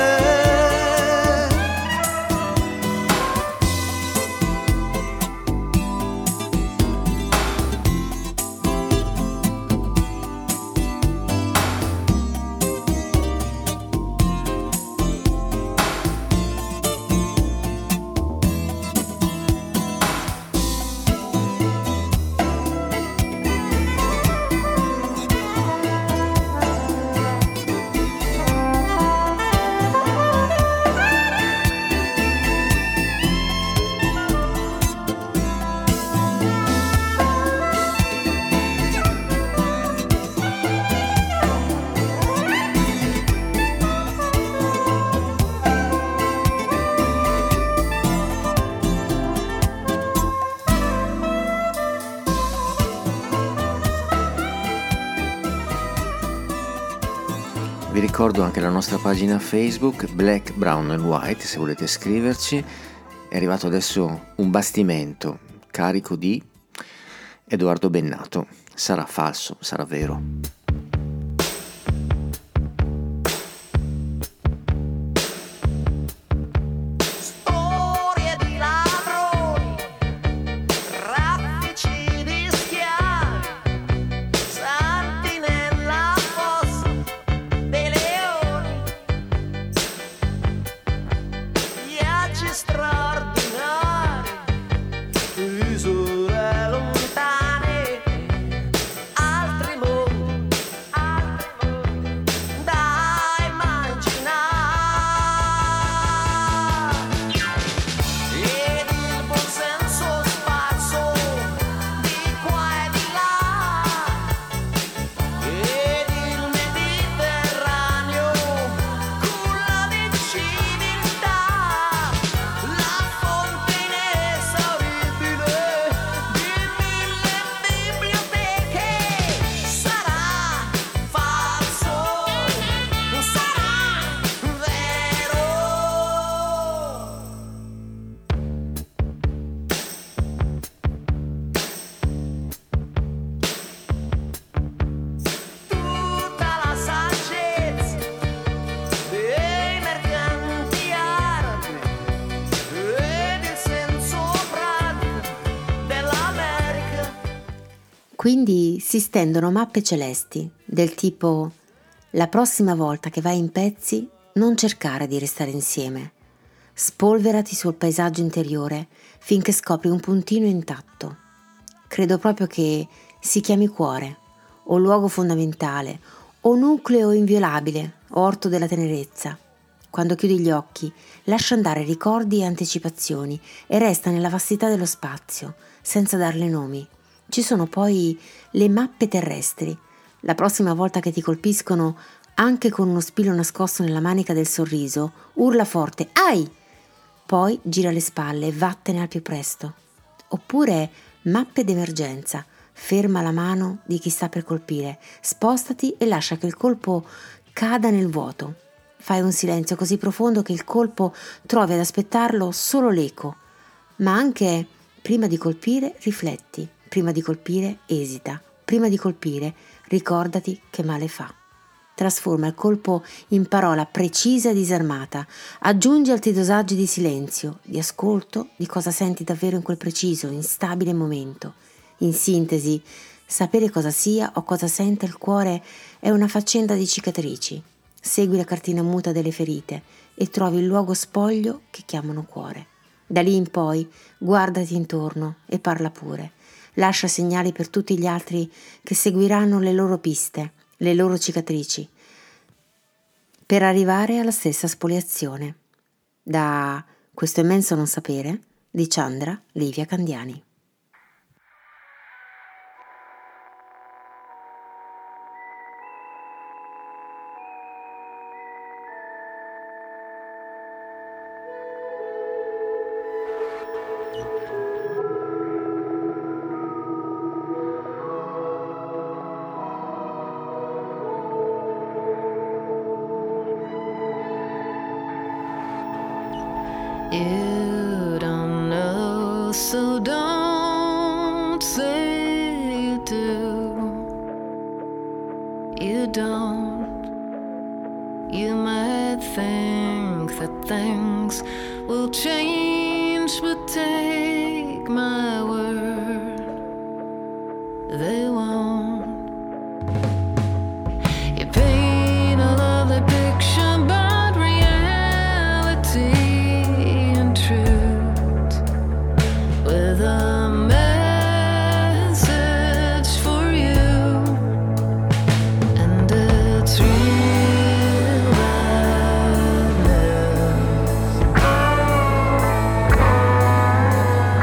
Vi ricordo anche la nostra pagina Facebook Black, Brown and White, se volete scriverci. È arrivato adesso un bastimento carico di Edoardo Bennato. Sarà falso, sarà vero. Storie di ladroni, traffici di schiavi, santi Quindi si stendono mappe celesti del tipo: la prossima volta che vai in pezzi non cercare di restare insieme, spolverati sul paesaggio interiore finché scopri un puntino intatto. Credo proprio che si chiami cuore, o luogo fondamentale, o nucleo inviolabile, o orto della tenerezza. Quando chiudi gli occhi, lascia andare ricordi e anticipazioni e resta nella vastità dello spazio, senza darle nomi. Ci sono poi le mappe terrestri. La prossima volta che ti colpiscono, anche con uno spillo nascosto nella manica del sorriso, urla forte «Ai!», poi gira le spalle e vattene al più presto. Oppure mappe d'emergenza. Ferma la mano di chi sta per colpire, spostati e lascia che il colpo cada nel vuoto. Fai un silenzio così profondo che il colpo trovi ad aspettarlo solo l'eco. Ma anche prima di colpire rifletti, prima di colpire esita, prima di colpire ricordati che male fa. Trasforma il colpo in parola precisa e disarmata, aggiungi altri dosaggi di silenzio, di ascolto, di cosa senti davvero in quel preciso, instabile momento. In sintesi, sapere cosa sia o cosa sente il cuore è una faccenda di cicatrici. Segui la cartina muta delle ferite e trovi il luogo spoglio che chiamano cuore. Da lì in poi guardati intorno e parla pure. Lascia segnali per tutti gli altri che seguiranno le loro piste, le loro cicatrici, per arrivare alla stessa spoliazione. Da Questo immenso non sapere di Chandra Livia Candiani. You don't know, so don't say you do. You don't. You might think that things will change, but take my word, they won't. You paint a lovely picture, but reality with a message for you, and it's real bad news.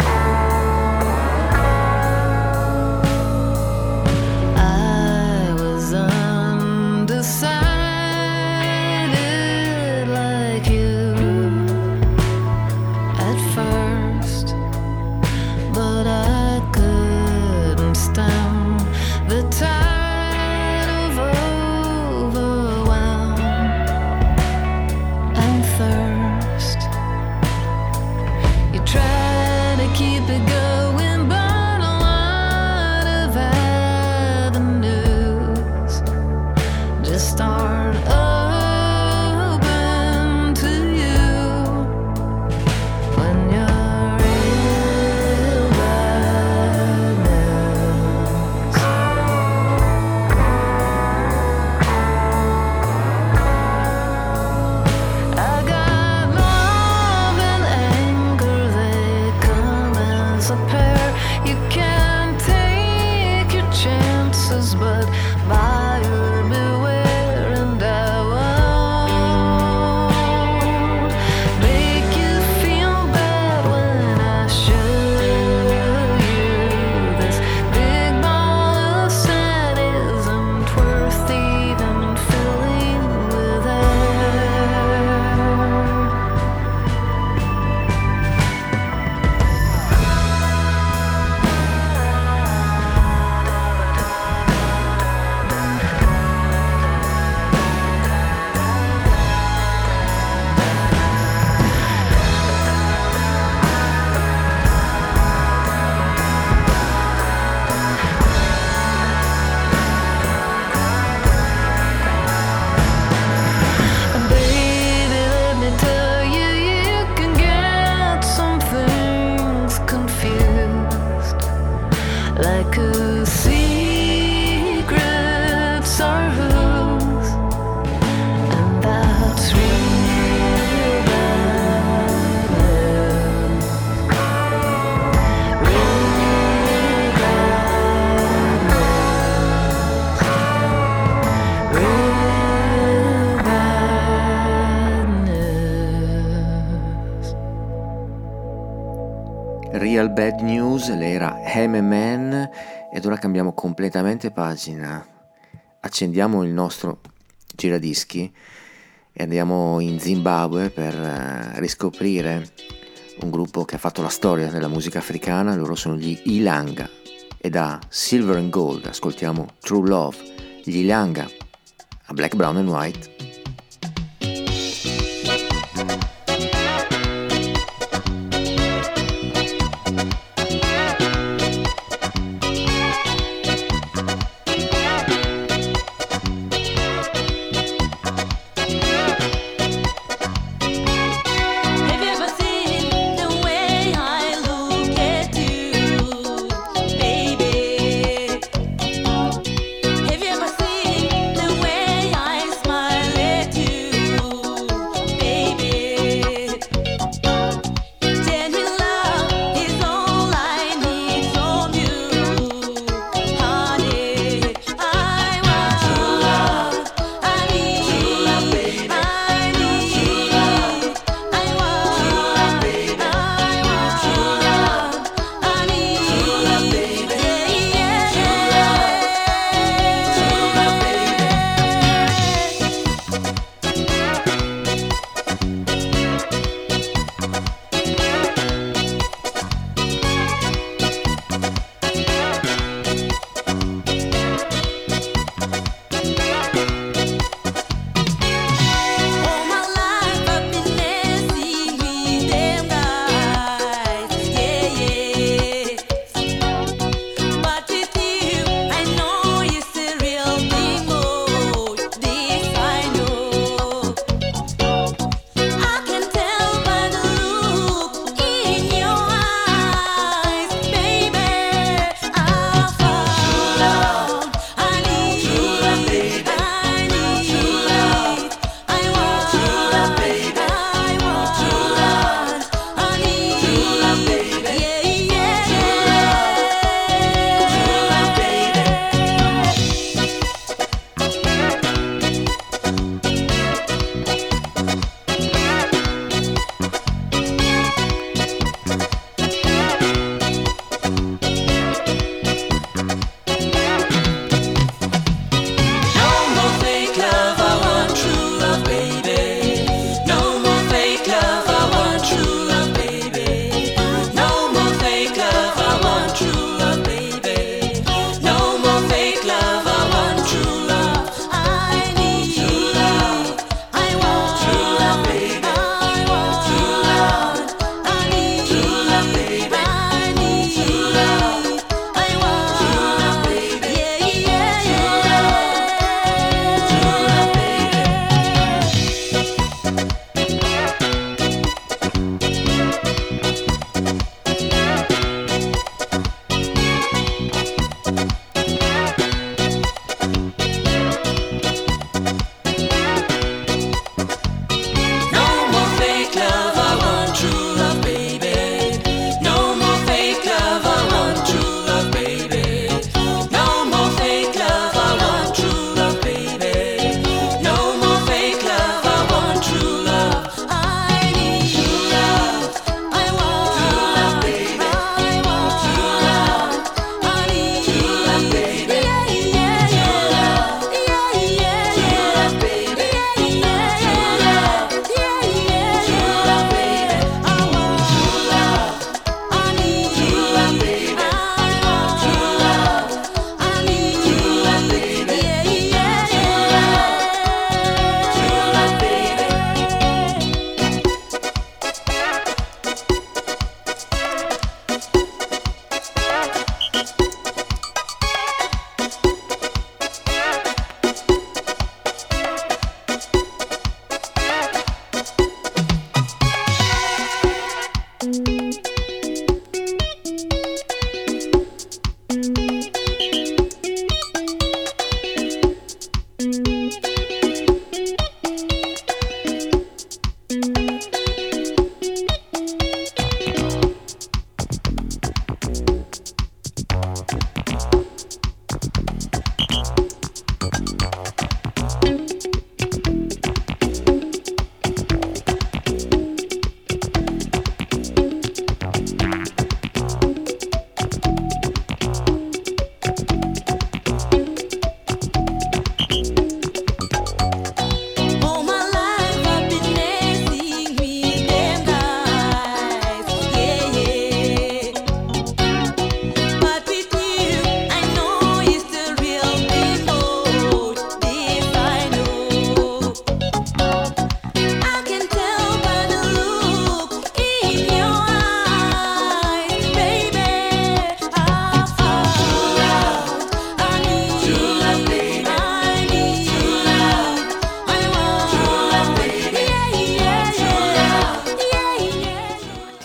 Real Bad News, lei era Ham Man, ed ora cambiamo completamente pagina. Accendiamo il nostro giradischi e andiamo in Zimbabwe per uh, riscoprire un gruppo che ha fatto la storia della musica africana. Loro sono gli Ilanga e da Silver and Gold ascoltiamo True Love. Gli Ilanga a Black, Brown and White. Have you ever seen the way I smile?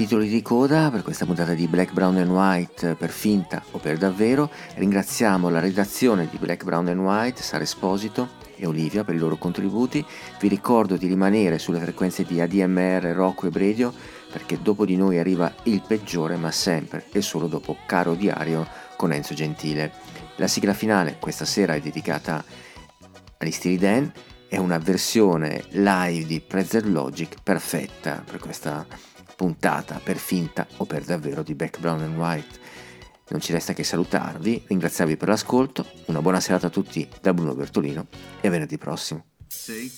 titoli di coda per questa puntata di Black, Brown and White, per finta o per davvero. Ringraziamo la redazione di Black, Brown and White, Sara Esposito e Olivia, per i loro contributi. Vi ricordo di rimanere sulle frequenze di A D M R, Rocco e Bredio, perché dopo di noi arriva il peggiore, ma sempre e solo dopo Caro Diario con Enzo Gentile. La sigla finale questa sera è dedicata agli Steely Dan, è una versione live di Pretzel Logic perfetta per questa puntata, per finta o per davvero, di Black, Brown and White. Non ci resta che salutarvi, ringraziarvi per l'ascolto, una buona serata a tutti da Bruno Bertolino e a venerdì prossimo. Sì.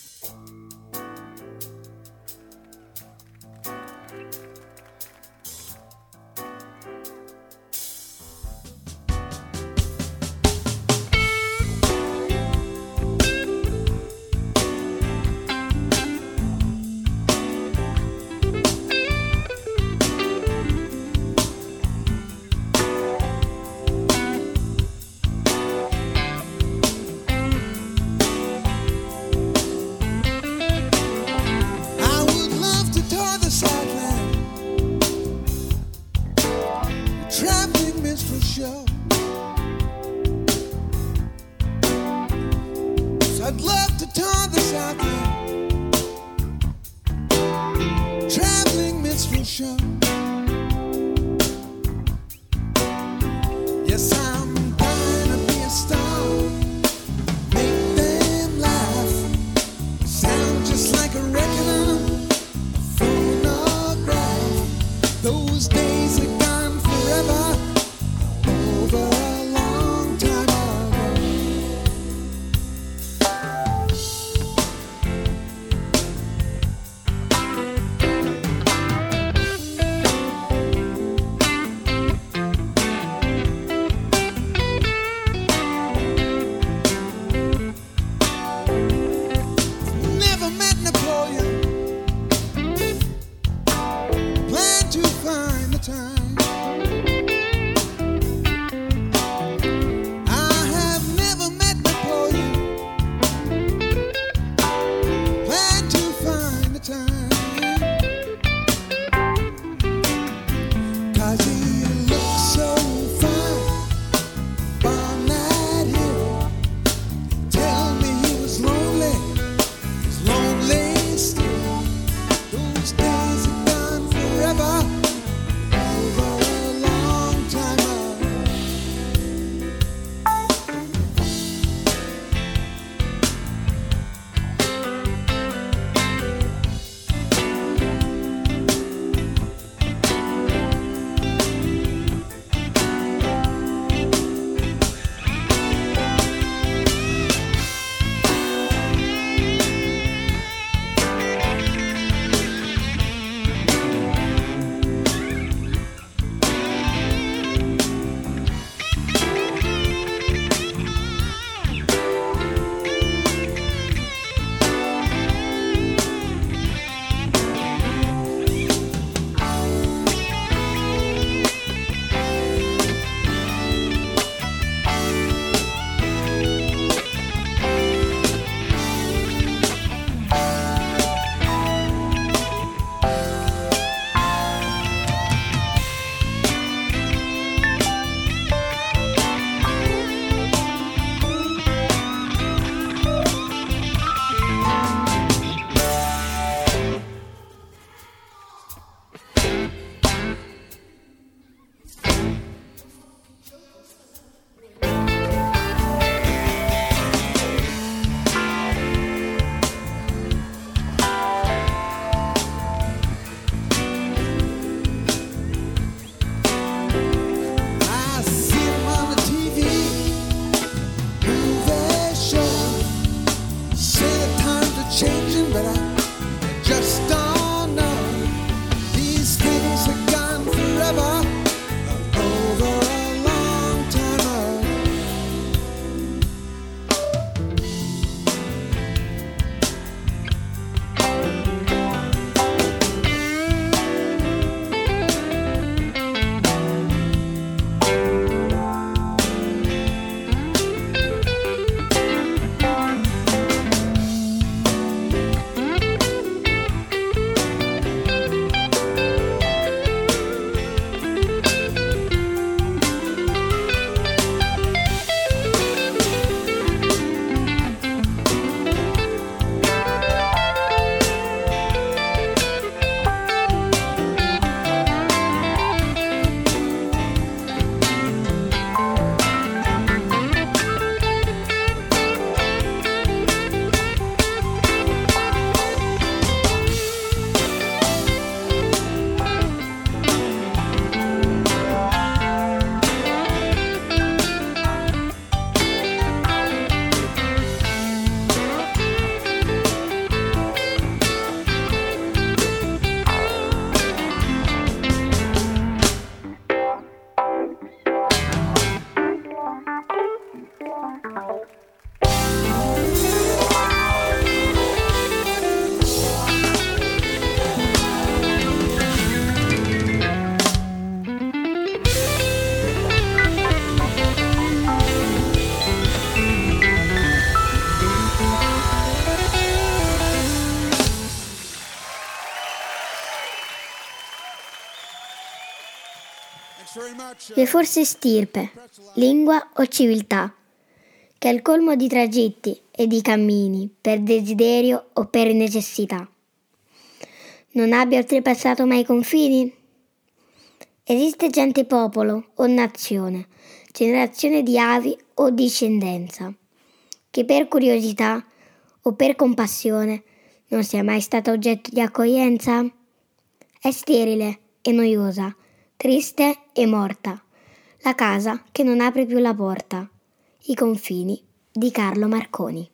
Vi è forse stirpe, lingua o civiltà, che è il colmo di tragitti e di cammini per desiderio o per necessità. Non abbia oltrepassato mai i confini? Esiste gente popolo o nazione, generazione di avi o discendenza, che per curiosità o per compassione non sia mai stata oggetto di accoglienza? È sterile e noiosa, triste e morta, la casa che non apre più la porta. I confini di Carlo Marconi.